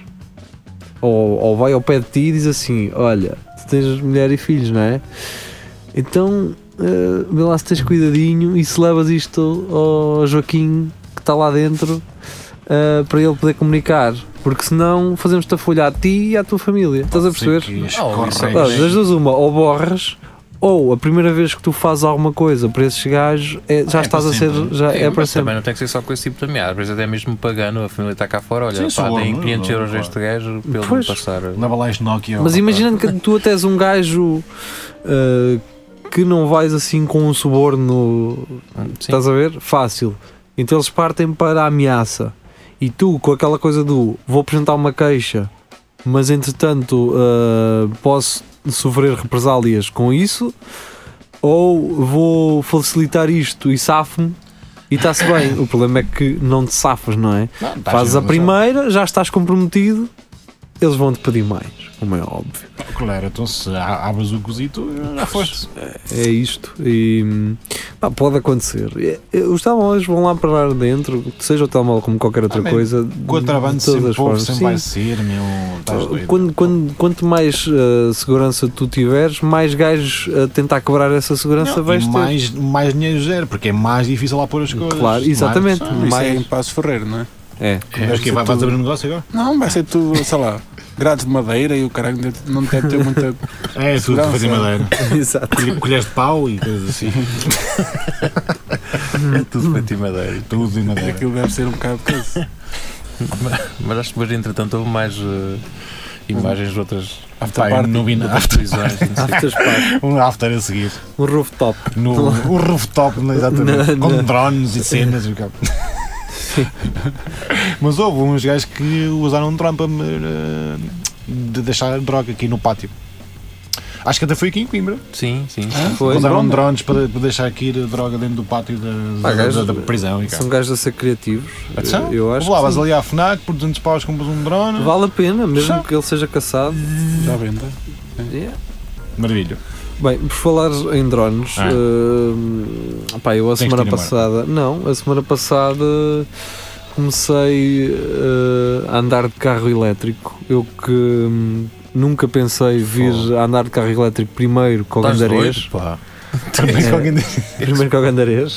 Speaker 2: ou, ou vai ao pé de ti e diz assim: olha, tu tens mulher e filhos, não é? Então, uh, vê lá se tens cuidadinho e se levas isto ao Joaquim que está lá dentro uh, para ele poder comunicar, porque senão fazemos-te a folha a ti e à tua família. Estás a perceber?
Speaker 3: Oh, isso
Speaker 4: Correto.
Speaker 2: Olha, das duas uma, ou borras, ou a primeira vez que tu fazes alguma coisa para esses gajos é, já
Speaker 4: É
Speaker 2: estás
Speaker 4: para
Speaker 2: a ser,
Speaker 4: sempre.
Speaker 2: já
Speaker 3: Sim,
Speaker 2: é para
Speaker 3: mas também
Speaker 2: sempre.
Speaker 3: não tem que ser só com esse tipo de ameaça, às vezes até mesmo pagando, a família está cá fora, olha,
Speaker 4: Sim,
Speaker 3: pá,
Speaker 4: suborno,
Speaker 3: deem quinhentos
Speaker 4: não,
Speaker 3: euros a
Speaker 4: claro.
Speaker 3: este gajo pelo
Speaker 2: Pois.
Speaker 3: não passar.
Speaker 4: Leva lá este Nokia.
Speaker 2: Mas
Speaker 4: ó,
Speaker 2: imaginando que tu até és um gajo uh, que não vais assim com um suborno,
Speaker 3: Sim.
Speaker 2: estás a ver? Fácil. Então eles partem para a ameaça. E tu, com aquela coisa do vou apresentar uma queixa, mas entretanto uh, posso sofrer represálias com isso, ou vou facilitar isto e safo-me e está-se bem. O problema é que não te safas, não é?
Speaker 4: Não, tá
Speaker 2: Fazes a
Speaker 4: giro,
Speaker 2: primeira, já estás comprometido, eles vão-te pedir mais, como é óbvio.
Speaker 4: mas, Claro, então se a- abres o cozito, já foste.
Speaker 2: É isto. E hum, pá, pode acontecer. E- e Os telemóveis vão lá parar dentro, seja o telemóvel como qualquer outra
Speaker 4: Ah, mas
Speaker 2: coisa.
Speaker 4: Contrabando
Speaker 2: de todas
Speaker 4: sempre
Speaker 2: as
Speaker 4: houve,
Speaker 2: formas.
Speaker 4: sempre
Speaker 2: Sim.
Speaker 4: vai ser, meu. Estás doido.
Speaker 2: Quando, quando, quanto mais uh, segurança tu tiveres, mais gajos a tentar quebrar essa segurança
Speaker 4: Não,
Speaker 2: vais
Speaker 4: e
Speaker 2: ter.
Speaker 4: mais, mais dinheiro gera, porque é mais difícil lá pôr as coisas.
Speaker 2: Claro, exatamente.
Speaker 4: Mais,
Speaker 5: Isso
Speaker 2: Mais-
Speaker 5: é em Passo Ferreiro, não é?
Speaker 2: É.
Speaker 4: Mas que vai, vais abrir um negócio agora?
Speaker 5: Não, vai ser tudo, sei lá, grades de madeira e o caralho deve- não deve ter muita.
Speaker 4: É, tudo
Speaker 5: Segurança.
Speaker 4: fazer madeira.
Speaker 2: Exato.
Speaker 4: Colher- Colheres de pau e coisas assim.
Speaker 3: É tudo feito em madeira.
Speaker 4: Tudo em madeira.
Speaker 5: Aquilo deve ser um bocado de coisa.
Speaker 3: Mas, mas acho que depois, entretanto, houve mais uh, imagens de outras,
Speaker 5: After
Speaker 4: Pá, eu
Speaker 5: party.
Speaker 4: não vi
Speaker 3: de
Speaker 4: nada.
Speaker 3: outras prisões. e não sei.
Speaker 2: After spa,
Speaker 4: Um after a seguir.
Speaker 2: um rooftop.
Speaker 4: No, um rooftop, não, exatamente.
Speaker 2: Não,
Speaker 4: Com
Speaker 2: não.
Speaker 4: drones e cenas. e o cabo. Mas houve uns gajos que usaram um drone para me, eh, de deixar droga aqui no pátio. Acho que até foi aqui em Coimbra.
Speaker 3: Sim, sim.
Speaker 2: Foi.
Speaker 4: Usaram drones para, para deixar aqui a droga dentro do pátio da,
Speaker 2: Ah,
Speaker 4: da,
Speaker 2: gajos-
Speaker 4: da, da prisão. E cá.
Speaker 2: São gajos a ser criativos.
Speaker 4: Atenção,
Speaker 2: Eu acho
Speaker 4: lá,
Speaker 2: que
Speaker 4: vas
Speaker 2: sim.
Speaker 4: ali à FNAC por duzentos paus compras um drone.
Speaker 2: Vale a pena, mesmo
Speaker 4: São.
Speaker 2: que ele seja caçado.
Speaker 5: Já venda.
Speaker 2: Yeah.
Speaker 4: Maravilha.
Speaker 2: Bem, por falar em drones,
Speaker 4: Ah.
Speaker 2: uh, pá, eu a
Speaker 4: Tens
Speaker 2: semana
Speaker 4: de ir embora.
Speaker 2: passada, não, a semana passada comecei uh, a andar de carro elétrico. Eu que hum, nunca pensei vir a andar de carro elétrico primeiro com o
Speaker 3: Estás
Speaker 2: Gandarês.
Speaker 3: doido, pá.
Speaker 4: Também
Speaker 2: É.
Speaker 4: com alguém diz.
Speaker 2: Primeiro com o Gandarês.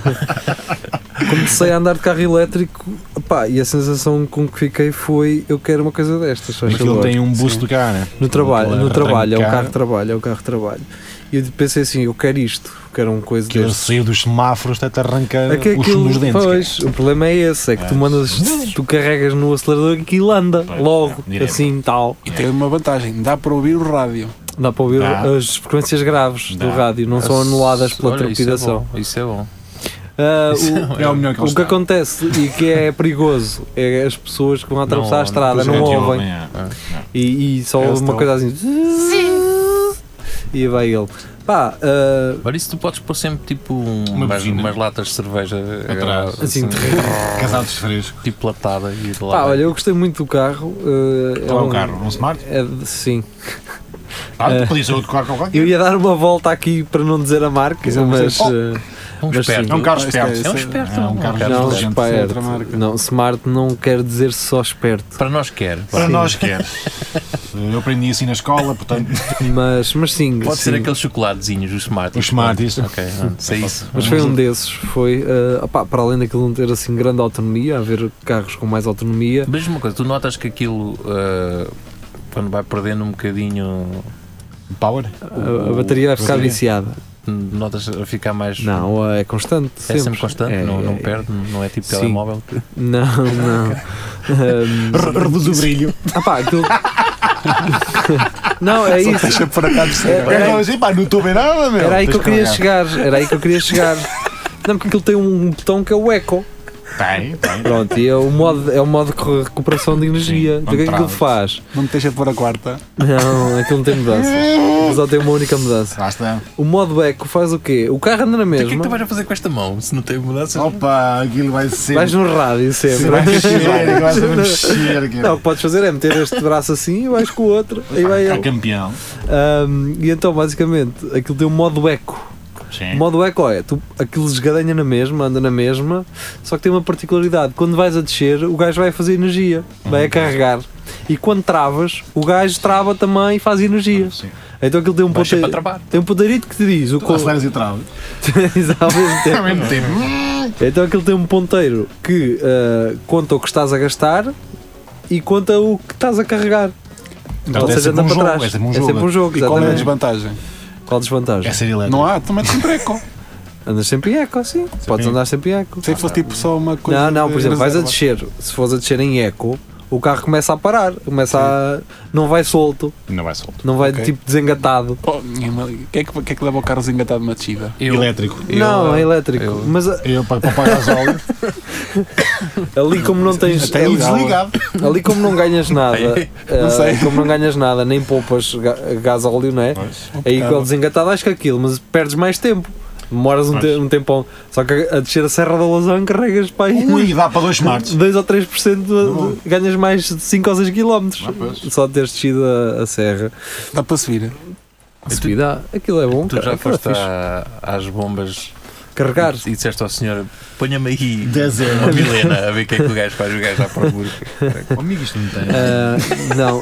Speaker 2: uh, comecei a andar de carro elétrico, pá, e a sensação com que fiquei foi: eu quero uma coisa destas. faz
Speaker 4: Aquilo
Speaker 2: favor.
Speaker 4: tem um boost do carro, né?
Speaker 2: No trabalho,
Speaker 4: Aquilo
Speaker 2: no
Speaker 4: é
Speaker 2: trabalho, é um
Speaker 4: arrancar.
Speaker 2: carro de trabalho, é um carro de trabalho. E eu pensei assim: eu quero isto, quero uma coisa
Speaker 4: Aquilo
Speaker 2: destas.
Speaker 4: saiu dos semáforos até te arrancar
Speaker 2: É que
Speaker 4: os
Speaker 2: aquilo,
Speaker 4: nos dentes.
Speaker 2: pois, o problema é esse, é que tu
Speaker 4: É.
Speaker 2: mandas, tu carregas no acelerador e aquilo anda
Speaker 4: Pois,
Speaker 2: logo,
Speaker 4: direto.
Speaker 2: assim, tal.
Speaker 5: E tem uma vantagem: dá para ouvir o rádio.
Speaker 2: Dá para ouvir
Speaker 4: Dá.
Speaker 2: as frequências graves do
Speaker 4: Dá.
Speaker 2: rádio, não são anuladas pela
Speaker 3: Olha, isso é
Speaker 2: trepidação.
Speaker 3: bom, Isso é bom.
Speaker 2: Ah,
Speaker 3: Isso
Speaker 2: o,
Speaker 4: É o melhor que
Speaker 2: o
Speaker 4: eles
Speaker 2: que
Speaker 4: têm.
Speaker 2: acontece e que é perigoso é as pessoas que vão atravessar
Speaker 3: Não,
Speaker 2: a estrada,
Speaker 4: Pois
Speaker 2: não
Speaker 4: é, que
Speaker 2: ouvem.
Speaker 4: é.
Speaker 2: E, e só
Speaker 5: É,
Speaker 2: ouve uma
Speaker 5: estão-
Speaker 2: coisa assim. E vai ele. Pá, ah,
Speaker 3: Agora isso tu podes pôr sempre tipo um-
Speaker 4: Uma
Speaker 3: umas,
Speaker 4: buzina.
Speaker 3: umas latas de cerveja
Speaker 4: Atrás.
Speaker 2: Assim,
Speaker 4: Casados frescos.
Speaker 3: tipo latada e de lá.
Speaker 2: pá, olha, eu gostei muito do carro. ah,
Speaker 4: Qual é o carro? Um Smart?
Speaker 2: É, de- sim.
Speaker 4: Ah,
Speaker 2: É.
Speaker 4: podia ser outro carro qualquer.
Speaker 2: Eu ia dar uma volta aqui para não dizer a marca,
Speaker 5: Quiser
Speaker 2: mas.
Speaker 5: vocês-
Speaker 2: eh,
Speaker 3: um
Speaker 2: mas
Speaker 3: esperto.
Speaker 2: sim.
Speaker 4: É um carro
Speaker 5: Ah,
Speaker 4: esperto.
Speaker 5: isso
Speaker 3: É um esperto.
Speaker 4: É um carro
Speaker 3: carro
Speaker 2: não,
Speaker 4: inteligente.
Speaker 5: é
Speaker 2: esperto.
Speaker 5: outra marca.
Speaker 2: Não, smart não quer dizer só esperto.
Speaker 3: Para nós quer.
Speaker 4: Para
Speaker 2: Sim.
Speaker 4: nós quer. Eu aprendi assim na escola, portanto.
Speaker 2: Mas, mas sim.
Speaker 3: Pode
Speaker 2: sim.
Speaker 3: ser aqueles chocolatezinhos, os Smarties.
Speaker 4: Os Smarties.
Speaker 3: Ok, ah, sei isso.
Speaker 2: Mas foi um desses. Foi, eh, opá, para além daquilo não ter assim grande autonomia, haver carros com mais autonomia.
Speaker 3: Mas uma coisa, tu notas que aquilo ah, quando vai perdendo um bocadinho
Speaker 2: A,
Speaker 4: Power.
Speaker 2: a bateria vai ficar
Speaker 4: bateria.
Speaker 2: viciada.
Speaker 3: notas a ficar mais.
Speaker 2: Não, é constante.
Speaker 3: é
Speaker 2: sempre,
Speaker 3: sempre constante,
Speaker 2: É,
Speaker 3: não, não
Speaker 2: é-
Speaker 3: perde, não é tipo
Speaker 2: Sim.
Speaker 3: telemóvel. Que...
Speaker 2: Não, não. Ahm,
Speaker 4: Reduz o brilho.
Speaker 2: ah pá, aquilo. Não, é isso.
Speaker 5: Deixa por acaso.
Speaker 2: É-
Speaker 4: É como assim, pá, não estou a ver nada, meu.
Speaker 2: Era aí que eu
Speaker 4: Tens
Speaker 2: queria
Speaker 4: carregar.
Speaker 2: chegar. Era aí que eu queria chegar. Não, porque aquilo tem um botão que é o Eco.
Speaker 4: Tem, tem.
Speaker 2: Pronto, e é o modo, é o modo de recuperação de energia.
Speaker 4: Sim,
Speaker 2: O que é que aquilo
Speaker 4: trava.
Speaker 2: faz?
Speaker 5: Não me deixa pôr a quarta.
Speaker 2: Não, aquilo não tem mudança. Só tem uma única mudança.
Speaker 4: Lá está.
Speaker 2: O modo Eco faz o quê? O carro anda na
Speaker 3: O que é que
Speaker 2: mesma.
Speaker 3: tu vais a fazer com esta mão se não tem mudança?
Speaker 4: Opa, aquilo vai ser.
Speaker 2: Vais no rádio
Speaker 4: Se
Speaker 2: sempre.
Speaker 4: vai mexer, vais a mexer. aquilo.
Speaker 2: Não, o que podes fazer é meter este braço assim e vais com o outro. Aí vai
Speaker 4: Cá
Speaker 2: ele.
Speaker 4: campeão.
Speaker 2: Ahm, e então, basicamente, aquilo tem um modo Eco.
Speaker 4: Sim.
Speaker 2: O modo Eco é, tu, aquilo esgadanha na mesma, anda na mesma, só que tem uma particularidade. Quando vais a descer, o gajo vai fazer energia, vai a carregar. E quando travas, o gajo trava também e faz energia.
Speaker 4: Sim.
Speaker 2: Então aquilo tem um
Speaker 3: Vais sempre a
Speaker 2: ponteiro,
Speaker 3: travar.
Speaker 2: tem um ponteirito que te diz o
Speaker 4: Tu
Speaker 2: co-
Speaker 4: aceleras e travas.
Speaker 2: Exato, ao mesmo tempo.
Speaker 4: Ao mesmo tempo.
Speaker 2: Então aquilo tem um ponteiro que ah, conta o que estás a gastar e conta o que estás a carregar.
Speaker 4: Então,
Speaker 2: Ou
Speaker 4: é
Speaker 2: seja,
Speaker 4: sempre
Speaker 2: anda
Speaker 4: um
Speaker 2: para
Speaker 4: jogo,
Speaker 2: trás.
Speaker 4: é sempre um
Speaker 2: É
Speaker 4: jogo.
Speaker 2: sempre um jogo,
Speaker 5: E qual é a
Speaker 2: exatamente.
Speaker 5: desvantagem?
Speaker 2: Qual a desvantagem?
Speaker 4: É ser elétrico.
Speaker 5: Não há, tu metes sempre eco.
Speaker 2: Andas sempre em eco, sim. Podes andar sempre em eco.
Speaker 5: Se fosse tipo só uma coisa.
Speaker 2: Não, não, por
Speaker 5: de
Speaker 2: exemplo, vais a
Speaker 5: reserva.
Speaker 2: descer. Se fores a descer em eco, o carro começa a parar. Começa a. Não vai solto.
Speaker 4: Não vai solto.
Speaker 2: Não vai
Speaker 5: Ok.
Speaker 2: tipo desengatado.
Speaker 5: Oh, minha mãe, o que é que, o que é que leva o carro desengatado numa descida?
Speaker 3: Eu,
Speaker 4: Elétrico.
Speaker 3: eu,
Speaker 2: não, é
Speaker 3: eh,
Speaker 2: elétrico.
Speaker 3: eu-
Speaker 2: Mas a-
Speaker 4: Eu para para pagar as óleo.
Speaker 2: ali como não tens.
Speaker 5: Até
Speaker 4: E
Speaker 2: Ali,
Speaker 5: legal.
Speaker 4: desligado.
Speaker 2: ali como não ganhas nada.
Speaker 5: Não
Speaker 2: ah,
Speaker 5: sei.
Speaker 2: Como não ganhas nada, nem poupas ga- gás óleo, não é? Aí com o desengatado acho que aquilo, mas perdes mais tempo. Demoras um, te,
Speaker 4: Pois.
Speaker 2: um tempão. Só que a descer a Serra da Lousã carregas para aí
Speaker 4: Ui, dá para dois smarts.
Speaker 2: dois ou três por cento de- de- ganhas mais de cinco ou seis quilómetros
Speaker 4: Ah, pois.
Speaker 2: só de teres descido a, a serra.
Speaker 5: Dá para subir.
Speaker 2: Subida, aquilo é bom.
Speaker 3: Tu
Speaker 2: cara,
Speaker 3: já
Speaker 2: aquilo é
Speaker 3: foste
Speaker 2: fixe.
Speaker 3: à- às bombas
Speaker 2: Carregar.
Speaker 3: e disseste ao senhor: ponha-me aí
Speaker 4: dez
Speaker 3: uma
Speaker 4: euros.
Speaker 3: Milena a ver o que é que o gajo faz. O gajo já para o burro.
Speaker 4: Oh, amigo, isto não tem.
Speaker 2: Ah, não,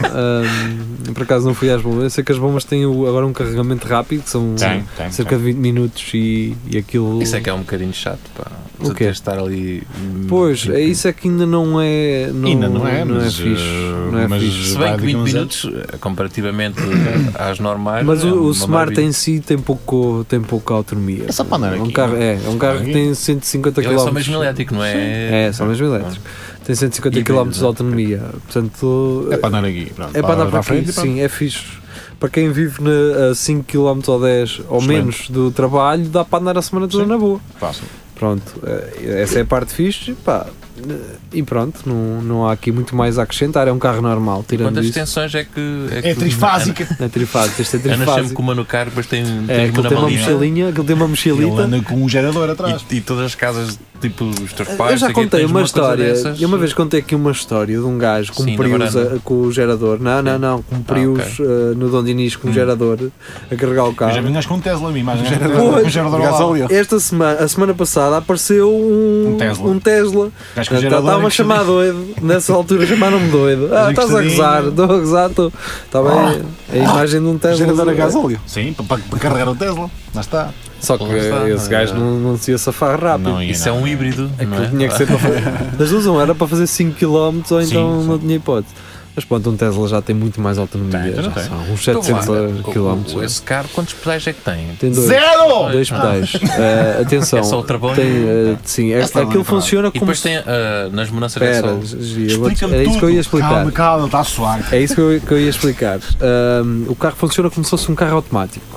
Speaker 2: ah, por acaso não fui às bombas. Eu sei que as bombas têm o- agora um carregamento rápido, que são
Speaker 4: Tem, tem.
Speaker 2: cerca de vinte minutos e, e aquilo.
Speaker 3: Isso é que é um bocadinho chato. Pá.
Speaker 2: O
Speaker 3: Tu
Speaker 2: quê?
Speaker 3: tens de estar ali. hum,
Speaker 2: Pois,
Speaker 3: tipo,
Speaker 2: é isso é que ainda não é. Não,
Speaker 4: Ainda não é,
Speaker 2: não é
Speaker 4: mas,
Speaker 2: fixe.
Speaker 4: eh,
Speaker 2: Não é
Speaker 4: mas-
Speaker 2: fixe.
Speaker 3: Se bem
Speaker 4: vai
Speaker 3: que vinte
Speaker 4: daqui a uns
Speaker 3: minutos, eh, comparativamente às normais.
Speaker 2: Mas
Speaker 3: é
Speaker 2: o, o
Speaker 3: uma
Speaker 2: Smart
Speaker 3: maravilha.
Speaker 2: em si tem, pouco, tem pouca autonomia.
Speaker 4: É só para andar
Speaker 2: É um
Speaker 4: aqui.
Speaker 2: carro, é, é um carro que tem cento e cinquenta
Speaker 3: Ele é só
Speaker 2: quilómetros.
Speaker 3: mesmo elétrico, não é?
Speaker 2: É, só mesmo elétrico. Tem cento e cinquenta
Speaker 3: Híbrido,
Speaker 2: quilómetros de
Speaker 3: não é?
Speaker 2: autonomia. Portanto,
Speaker 4: É para andar aqui. Pronto,
Speaker 2: é para andar para
Speaker 4: a frente
Speaker 2: aqui.
Speaker 4: e pronto.
Speaker 2: Sim, é fixe. Para quem vive na- a cinco quilómetros ou dez ou
Speaker 4: Excelente.
Speaker 2: menos do trabalho, dá para andar a semana toda
Speaker 4: Sim.
Speaker 2: na boa.
Speaker 4: Fácil.
Speaker 2: Pronto, eh, essa é a parte fixe. Pá, eh, e pronto, não, não há aqui muito mais a acrescentar. É um carro normal, tirando
Speaker 3: Quantas
Speaker 2: isso.
Speaker 3: extensões é que. É,
Speaker 4: É
Speaker 3: que
Speaker 4: trifásica.
Speaker 2: É trifásico, isto é
Speaker 3: Andas sempre
Speaker 2: trifásico.
Speaker 3: com uma no carro, depois tem,
Speaker 2: É,
Speaker 3: tem uma
Speaker 2: aquilo
Speaker 3: na
Speaker 2: tem uma
Speaker 3: malinha.
Speaker 2: mochilinha, aquilo tem uma
Speaker 4: Ele
Speaker 2: mochilita.
Speaker 4: anda com um gerador atrás.
Speaker 3: E, e todas as casas, tipo os teus pais.
Speaker 2: Eu já
Speaker 3: sei que
Speaker 2: contei
Speaker 3: tens
Speaker 2: uma
Speaker 3: coisa
Speaker 2: história,
Speaker 3: dessas.
Speaker 2: eu uma vez contei aqui uma história de um gajo que
Speaker 3: Sim,
Speaker 2: cumpriu
Speaker 3: na varanda.
Speaker 2: com o gerador. Não, não, não, cumpriu
Speaker 3: Ah, ok.
Speaker 2: uh, no Dom Dinis com o
Speaker 4: Hum.
Speaker 2: gerador a carregar o
Speaker 4: Eu já
Speaker 2: carro.
Speaker 4: vinhas com um Tesla, a mim, mas
Speaker 2: Pois.
Speaker 4: com um gerador ao lado.
Speaker 5: Gasóleo.
Speaker 2: Esta semana, a semana passada apareceu um,
Speaker 4: Um Tesla.
Speaker 2: um Tesla.
Speaker 4: Gajo com o gerador
Speaker 2: Estava a
Speaker 4: em que
Speaker 2: chamar doido. Nessa altura chamaram-me doido. Ah,
Speaker 4: Mas
Speaker 2: estás a
Speaker 4: encostadinho.
Speaker 2: gozar, estou a gozar, estou. Está bem, a imagem de um Tesla.
Speaker 5: Gerador a gasóleo.
Speaker 4: Sim, para, para carregar o Tesla. Lá está.
Speaker 2: Só que
Speaker 3: Lá está.
Speaker 2: esse gajo não, não se ia safar rápido.
Speaker 4: Não ia,
Speaker 3: Isso é
Speaker 4: não.
Speaker 3: um híbrido, não
Speaker 2: Aquilo
Speaker 3: é?
Speaker 2: tinha que ser para fazer. Das duas, um era para fazer cinco quilómetros ou
Speaker 4: Sim,
Speaker 2: então
Speaker 4: sim.
Speaker 2: não tinha hipótese. Mas pronto, um Tesla já tem muito mais autonomia.
Speaker 4: Tem,
Speaker 2: já
Speaker 4: já tem.
Speaker 2: são uns
Speaker 3: Então,
Speaker 2: setecentos
Speaker 3: lá, o-
Speaker 2: quilómetros.
Speaker 3: o- Esse carro, quantos pedais é que tem?
Speaker 2: Tem dois,
Speaker 4: Zero!
Speaker 2: dois pedais. Eh, atenção.
Speaker 3: É só o travão
Speaker 2: tem,
Speaker 3: e-
Speaker 2: eh, sim, é,
Speaker 4: Esta
Speaker 2: aquilo
Speaker 4: não é
Speaker 2: funciona
Speaker 3: E
Speaker 2: como.
Speaker 3: depois tem ah, nas mudanças é
Speaker 2: Espera,
Speaker 3: só.
Speaker 2: Gia, eu vou-
Speaker 4: Explica-me
Speaker 2: é isso
Speaker 4: tudo.
Speaker 2: que eu ia explicar.
Speaker 4: Calma, calma, ele está a suar.
Speaker 2: É isso que eu, que eu ia explicar. Ahm, o carro funciona como se fosse um carro automático.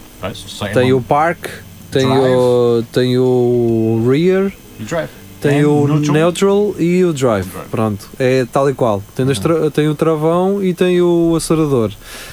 Speaker 2: Tem o park, tem
Speaker 4: Drive.
Speaker 2: o, tem o rear,
Speaker 4: Drive.
Speaker 2: tem
Speaker 4: É,
Speaker 2: o
Speaker 4: neutral.
Speaker 2: neutral e o drive.
Speaker 4: Drive.
Speaker 2: Pronto, é tal e qual. Tem, dois tra- tem o travão e tem o acelerador.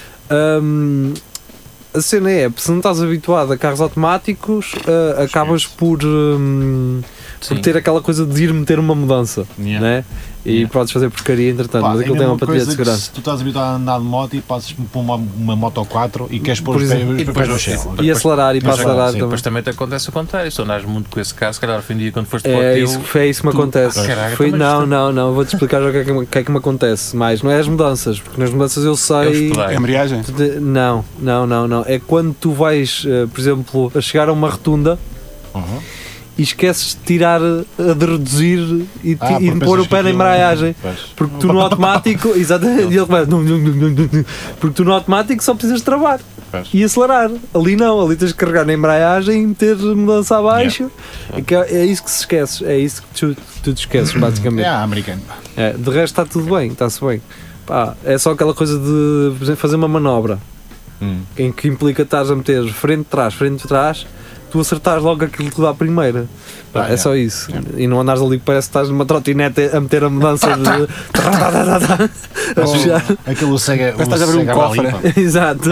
Speaker 2: Ahm, a cena é, se não estás habituado a carros automáticos, ah, acabas por, hum, por
Speaker 3: Sim.
Speaker 2: ter aquela coisa de ir meter uma mudança,
Speaker 4: Yeah.
Speaker 2: né? E
Speaker 3: Yeah.
Speaker 2: podes fazer porcaria entretanto,
Speaker 4: Pá,
Speaker 2: mas
Speaker 4: é
Speaker 2: aquilo
Speaker 4: a
Speaker 2: tem uma
Speaker 4: mesma
Speaker 2: patilha de
Speaker 4: coisa que
Speaker 2: segurança.
Speaker 4: se tu estás habituado a andar de moto e passas por uma, uma moto quatro e queres pôr
Speaker 2: Por
Speaker 4: os pés,
Speaker 2: exemplo.
Speaker 4: os
Speaker 3: E
Speaker 4: pés
Speaker 3: depois
Speaker 4: no
Speaker 3: você-
Speaker 4: chão.
Speaker 2: E acelerar e para
Speaker 4: Mas,
Speaker 2: acelerar
Speaker 4: sim,
Speaker 2: também.
Speaker 3: Depois também te acontece o contrário. Se andares muito com esse carro, se calhar ao fim do dia, quando foste para o
Speaker 2: É
Speaker 3: teu,
Speaker 2: isso, é isso que me
Speaker 3: tu-
Speaker 2: acontece.
Speaker 3: Ah, caraca,
Speaker 2: Foi,
Speaker 3: então, mas
Speaker 2: não,
Speaker 3: isto-
Speaker 2: não, não, vou-te explicar já o que é que, o que é que me acontece mais. Não é as mudanças, porque nas mudanças eu
Speaker 3: é os
Speaker 2: sei.
Speaker 3: pedais.
Speaker 5: Embreagem.
Speaker 2: de- Não, não, não, não. É quando tu vais, eh, por exemplo, a chegar a uma rotunda
Speaker 4: Uhum.
Speaker 2: e esqueces de tirar, de reduzir e,
Speaker 4: Ah,
Speaker 2: e de
Speaker 4: porque
Speaker 2: pôr o
Speaker 4: pensas
Speaker 2: pé
Speaker 4: que
Speaker 2: na
Speaker 4: aquilo-
Speaker 2: embreagem.
Speaker 4: Pois.
Speaker 2: Porque tu no automático, exatamente, e ele começa, "Dum, dum, dum, dum, dum", porque tu no automático só precisas de travar
Speaker 4: Pois.
Speaker 2: e acelerar. Ali não, ali tens de carregar na embreagem e meter mudança abaixo. É, que é, é isso que se esqueces, é isso que tu, tu te esqueces, basicamente.
Speaker 4: É americano.
Speaker 2: É, de resto está tudo bem, está-se bem. Pá, é só aquela coisa de, por exemplo, fazer uma manobra
Speaker 4: Hum.
Speaker 2: em que implica estás a meter frente, trás, frente, trás, tu acertares logo aquilo tudo à primeira. Pá,
Speaker 4: Ah,
Speaker 2: é
Speaker 4: é.
Speaker 2: só isso. E não andares ali que parece que estás numa trotinete a meter a mudança de. a puxar.
Speaker 4: Aquilo cega.
Speaker 5: Parece que estás a abrir um
Speaker 4: cega
Speaker 5: cofre.
Speaker 4: ali, pá.
Speaker 2: Exato.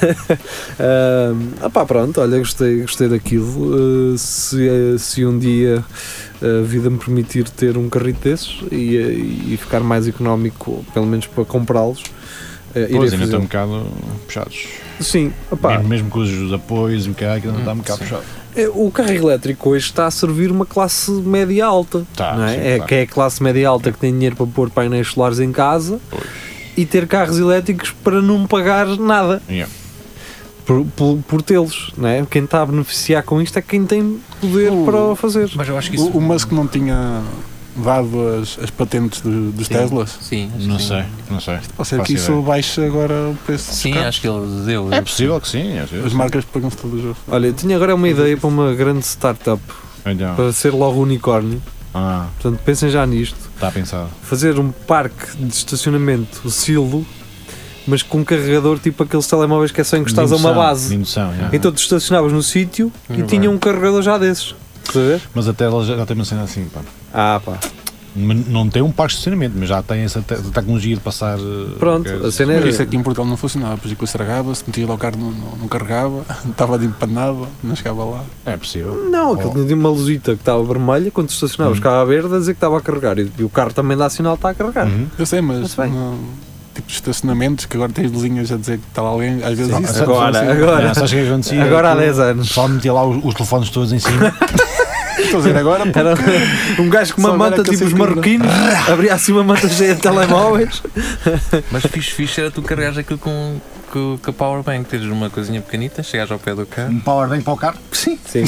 Speaker 2: ah pá, pronto, olha, gostei, gostei daquilo. Uh, se, uh, se um dia a vida me permitir ter um carrito desses e, uh, e ficar mais económico, pelo menos para comprá-los, uh, irei
Speaker 4: Pois, ainda
Speaker 2: fazer.
Speaker 4: estão um bocado puxados.
Speaker 2: Sim, opá,
Speaker 4: Mesmo, mesmo com os apoios e o que é, ainda está um bocado
Speaker 3: sim.
Speaker 4: puxado.
Speaker 2: é, o carro elétrico hoje está a servir uma classe média alta.
Speaker 4: Tá,
Speaker 2: não é?
Speaker 4: sim,
Speaker 2: é
Speaker 4: claro.
Speaker 2: que é a classe média alta que tem dinheiro para pôr painéis solares em casa e ter carros elétricos para não pagar nada.
Speaker 4: Yeah.
Speaker 2: Por, por, por tê-los, não é? Quem está a beneficiar com isto é quem tem poder
Speaker 5: O-
Speaker 2: para o fazer.
Speaker 3: Mas eu acho que isso.
Speaker 5: O, o Musk não tinha dado as, as patentes de- dos
Speaker 3: Sim.
Speaker 5: Teslas?
Speaker 3: Sim, acho
Speaker 4: Não
Speaker 3: que sim.
Speaker 4: sei, não sei.
Speaker 5: Ou seja,
Speaker 4: Faço
Speaker 5: que isso
Speaker 4: ideia.
Speaker 5: baixa agora o preço dos
Speaker 3: Sim,
Speaker 5: carros.
Speaker 3: acho que ele deu.
Speaker 4: É possível que sim. às vezes.
Speaker 5: As marcas pagam-se todas as...
Speaker 2: Olha, eu tinha agora uma ideia para uma grande startup,
Speaker 4: Então,
Speaker 2: para ser logo unicórnio.
Speaker 4: ah,
Speaker 2: Portanto, pensem já nisto.
Speaker 4: está pensado.
Speaker 2: Fazer um parque de estacionamento, o silo, mas com um carregador tipo aqueles telemóveis que é só encostados a uma
Speaker 4: De indução,
Speaker 2: base.
Speaker 4: de indução, yeah.
Speaker 2: Então tu estacionavas no sítio e
Speaker 3: Muito
Speaker 2: tinha
Speaker 3: bem.
Speaker 2: um carregador já desses. Estás a ver?
Speaker 4: Mas a Tesla já, já tem uma cena assim, pá.
Speaker 2: Ah pá.
Speaker 4: Mas não tem um parque de estacionamento, mas já tem essa te- tecnologia de passar. eh,
Speaker 2: Pronto,
Speaker 4: coisas.
Speaker 2: a cena
Speaker 5: Mas
Speaker 2: é...
Speaker 5: isso aqui em Portugal não funcionava, depois aquilo estragava-se, metia lá o carro, não, não, não carregava, estava de empanado, não chegava lá.
Speaker 4: É possível.
Speaker 2: Não, aquilo tinha uma luzita que estava vermelha, quando tu estacionavas
Speaker 4: Uhum.
Speaker 2: ficava verde a dizer que estava a carregar e, e o carro também dá sinal que está a carregar.
Speaker 4: Uhum.
Speaker 5: Eu sei, mas
Speaker 2: Está bem.
Speaker 5: não, tipo de estacionamentos, que agora tens luzinhas a dizer que está lá alguém, às vezes
Speaker 4: Sim,
Speaker 5: isso
Speaker 2: agora,
Speaker 5: assim.
Speaker 2: agora.
Speaker 4: Não, sabes o que é que acontecia?
Speaker 2: Agora há
Speaker 4: Aquilo-
Speaker 2: dez anos.
Speaker 4: O pessoal metia lá os, os telefones todos em cima.
Speaker 5: Estou a dizer agora porque
Speaker 2: Era um gajo com uma
Speaker 5: Só agora
Speaker 2: manta
Speaker 5: que
Speaker 2: tipo
Speaker 5: eu
Speaker 2: os
Speaker 5: sei que-
Speaker 2: marroquinos, abria assim uma manta cheia de telemóveis.
Speaker 3: Mas fixe, fixe era tu carregares aquilo com, com, com a powerbank, teres uma coisinha pequenita, chegares ao pé do carro.
Speaker 4: Um powerbank para o carro?
Speaker 2: Sim. Sim.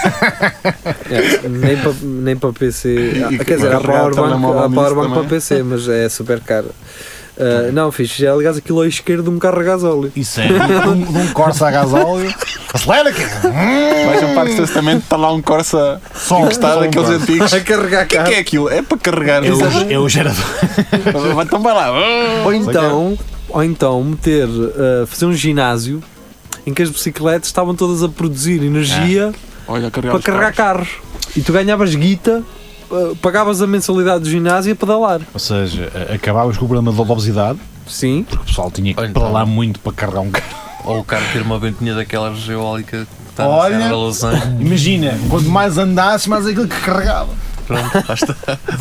Speaker 2: É, nem para nem para P C. Ah,
Speaker 5: E-
Speaker 2: quer dizer, há
Speaker 5: carregar
Speaker 2: powerbank,
Speaker 5: telemóvel
Speaker 2: há
Speaker 5: nisso
Speaker 2: powerbank para
Speaker 5: também.
Speaker 2: P C, mas é super caro. Ah, não, fixe, já ligares aquilo ao esquerdo de um carro a gasóleo.
Speaker 4: Isso é. De um, de um Corsa a gasóleo. Acelera aqui!
Speaker 5: vais a um parque de estacionamento, está lá um Corsa
Speaker 4: Só
Speaker 5: encostado, aqueles antigos.
Speaker 2: A carregar
Speaker 5: O que é
Speaker 2: carro.
Speaker 5: que é aquilo? É para carregar.
Speaker 4: É o, é o gerador.
Speaker 5: Então vai lá.
Speaker 2: Ou então, ou então meter, ah, fazer um ginásio em que as bicicletas estavam todas a produzir energia
Speaker 5: Olha, carregar
Speaker 2: para
Speaker 5: os
Speaker 2: carregar
Speaker 5: carros.
Speaker 2: carros. E tu ganhavas guita, ah, pagavas a mensalidade do ginásio a pedalar.
Speaker 4: Ou seja, a- acabavas com o problema da obesidade,
Speaker 2: Sim.
Speaker 4: porque o pessoal tinha que
Speaker 3: Ou então-
Speaker 4: pedalar muito para carregar um carro.
Speaker 3: Ou o carro ter uma ventinha daquelas geólica que está
Speaker 4: Olha.
Speaker 3: na Serra da Lasanha.
Speaker 4: Imagina, quanto mais andasse, mais aquilo que carregava.
Speaker 3: Pronto, lá está.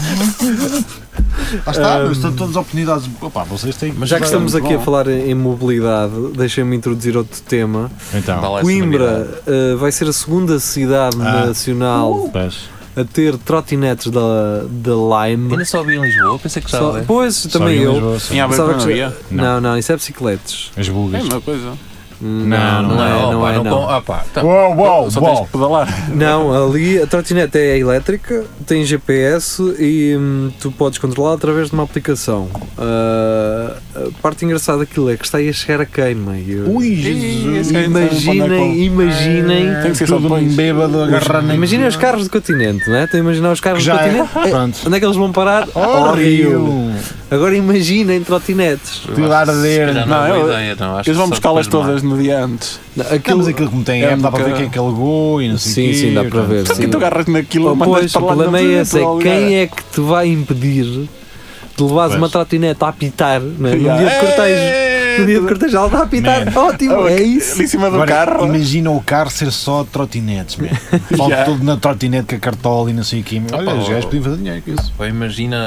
Speaker 4: Lá está, mas estão todas as oportunidades. Opa, vocês têm
Speaker 2: Já que estamos aqui a falar em mobilidade, deixem-me introduzir outro tema.
Speaker 4: Então,
Speaker 3: Vá lá essa
Speaker 2: Coimbra
Speaker 3: novidade.
Speaker 2: uh, vai ser a segunda cidade
Speaker 4: Ah.
Speaker 2: nacional
Speaker 4: Pés.
Speaker 2: a ter trotinetes da, da Lime.
Speaker 3: Ainda só havia em Lisboa, pensei que
Speaker 2: Só,
Speaker 3: estava.
Speaker 2: pois, também eu.
Speaker 5: Em Aveiro
Speaker 2: Pensava
Speaker 5: não
Speaker 2: que-
Speaker 5: havia?
Speaker 2: Não, não, isso é bicicletas.
Speaker 4: As
Speaker 5: É
Speaker 4: bulgas.
Speaker 5: a mesma coisa.
Speaker 2: Não,
Speaker 4: Não,
Speaker 2: não, é,
Speaker 3: ó,
Speaker 2: não
Speaker 3: pá,
Speaker 2: é, não.
Speaker 3: com- ah, pá, tá.
Speaker 4: Uau, uau,
Speaker 5: Só tens
Speaker 4: uau.
Speaker 5: de pedalar.
Speaker 2: Não, ali a trotinete é elétrica, tem G P S e hum, tu podes controlar através de uma aplicação. Ah, a parte engraçada daquilo é que está aí a chegar a queima. E eu-
Speaker 4: Ui,
Speaker 5: Ih,
Speaker 4: Jesus.
Speaker 5: esse aí
Speaker 2: Imaginem, imaginem.
Speaker 5: Tem que ser só
Speaker 4: Tudo um
Speaker 5: depois.
Speaker 4: bêbado agarrando em-
Speaker 2: Imaginem os carros do continente, não é? Estão a imaginar os carros do
Speaker 4: Já é.
Speaker 2: continente? É,
Speaker 4: Pronto.
Speaker 2: onde é que eles vão parar?
Speaker 4: Oh, Rio.
Speaker 2: Agora imaginem trotinetes.
Speaker 4: Tudo a arder.
Speaker 3: Se calhar
Speaker 5: Não,
Speaker 3: não é
Speaker 5: eu-
Speaker 3: boa ideia, não. Acho
Speaker 5: Eles vão
Speaker 3: que só
Speaker 5: buscá-las
Speaker 3: depois de
Speaker 5: todas no dia antes.
Speaker 2: Não,
Speaker 4: Aquilo,
Speaker 2: aquilo,
Speaker 4: mas aquilo como tem
Speaker 5: é
Speaker 4: app, dá para ver
Speaker 5: nunca-
Speaker 4: quem é que alugou e não sei o
Speaker 2: Sim,
Speaker 4: quê.
Speaker 2: sim, dá para
Speaker 4: portanto,
Speaker 2: ver.
Speaker 5: Só que
Speaker 2: Sim.
Speaker 5: tu agarras naquilo,
Speaker 2: oh,
Speaker 5: mandas
Speaker 2: pois,
Speaker 5: para
Speaker 2: o
Speaker 5: lá
Speaker 2: problema é
Speaker 5: não
Speaker 2: esse, é
Speaker 5: para o
Speaker 2: quem
Speaker 5: lugar.
Speaker 2: é que te vai impedir de levares
Speaker 4: Pois.
Speaker 2: uma trotinete a apitar não é? no
Speaker 5: Yeah.
Speaker 2: dia de cortejo?
Speaker 5: É,
Speaker 2: No dia de cortejo ela está a apitar.
Speaker 4: Man.
Speaker 2: Ótimo, é isso.
Speaker 5: Ali em cima do
Speaker 4: Agora,
Speaker 5: carro.
Speaker 4: imagina o carro ser só trotinetes, man. Falta
Speaker 5: Yeah.
Speaker 4: todo na trotinete com a cartola e não sei o quê. Olha,
Speaker 3: Opa,
Speaker 4: os gajos
Speaker 3: oh.
Speaker 4: podiam fazer dinheiro com isso.
Speaker 3: Ou imagina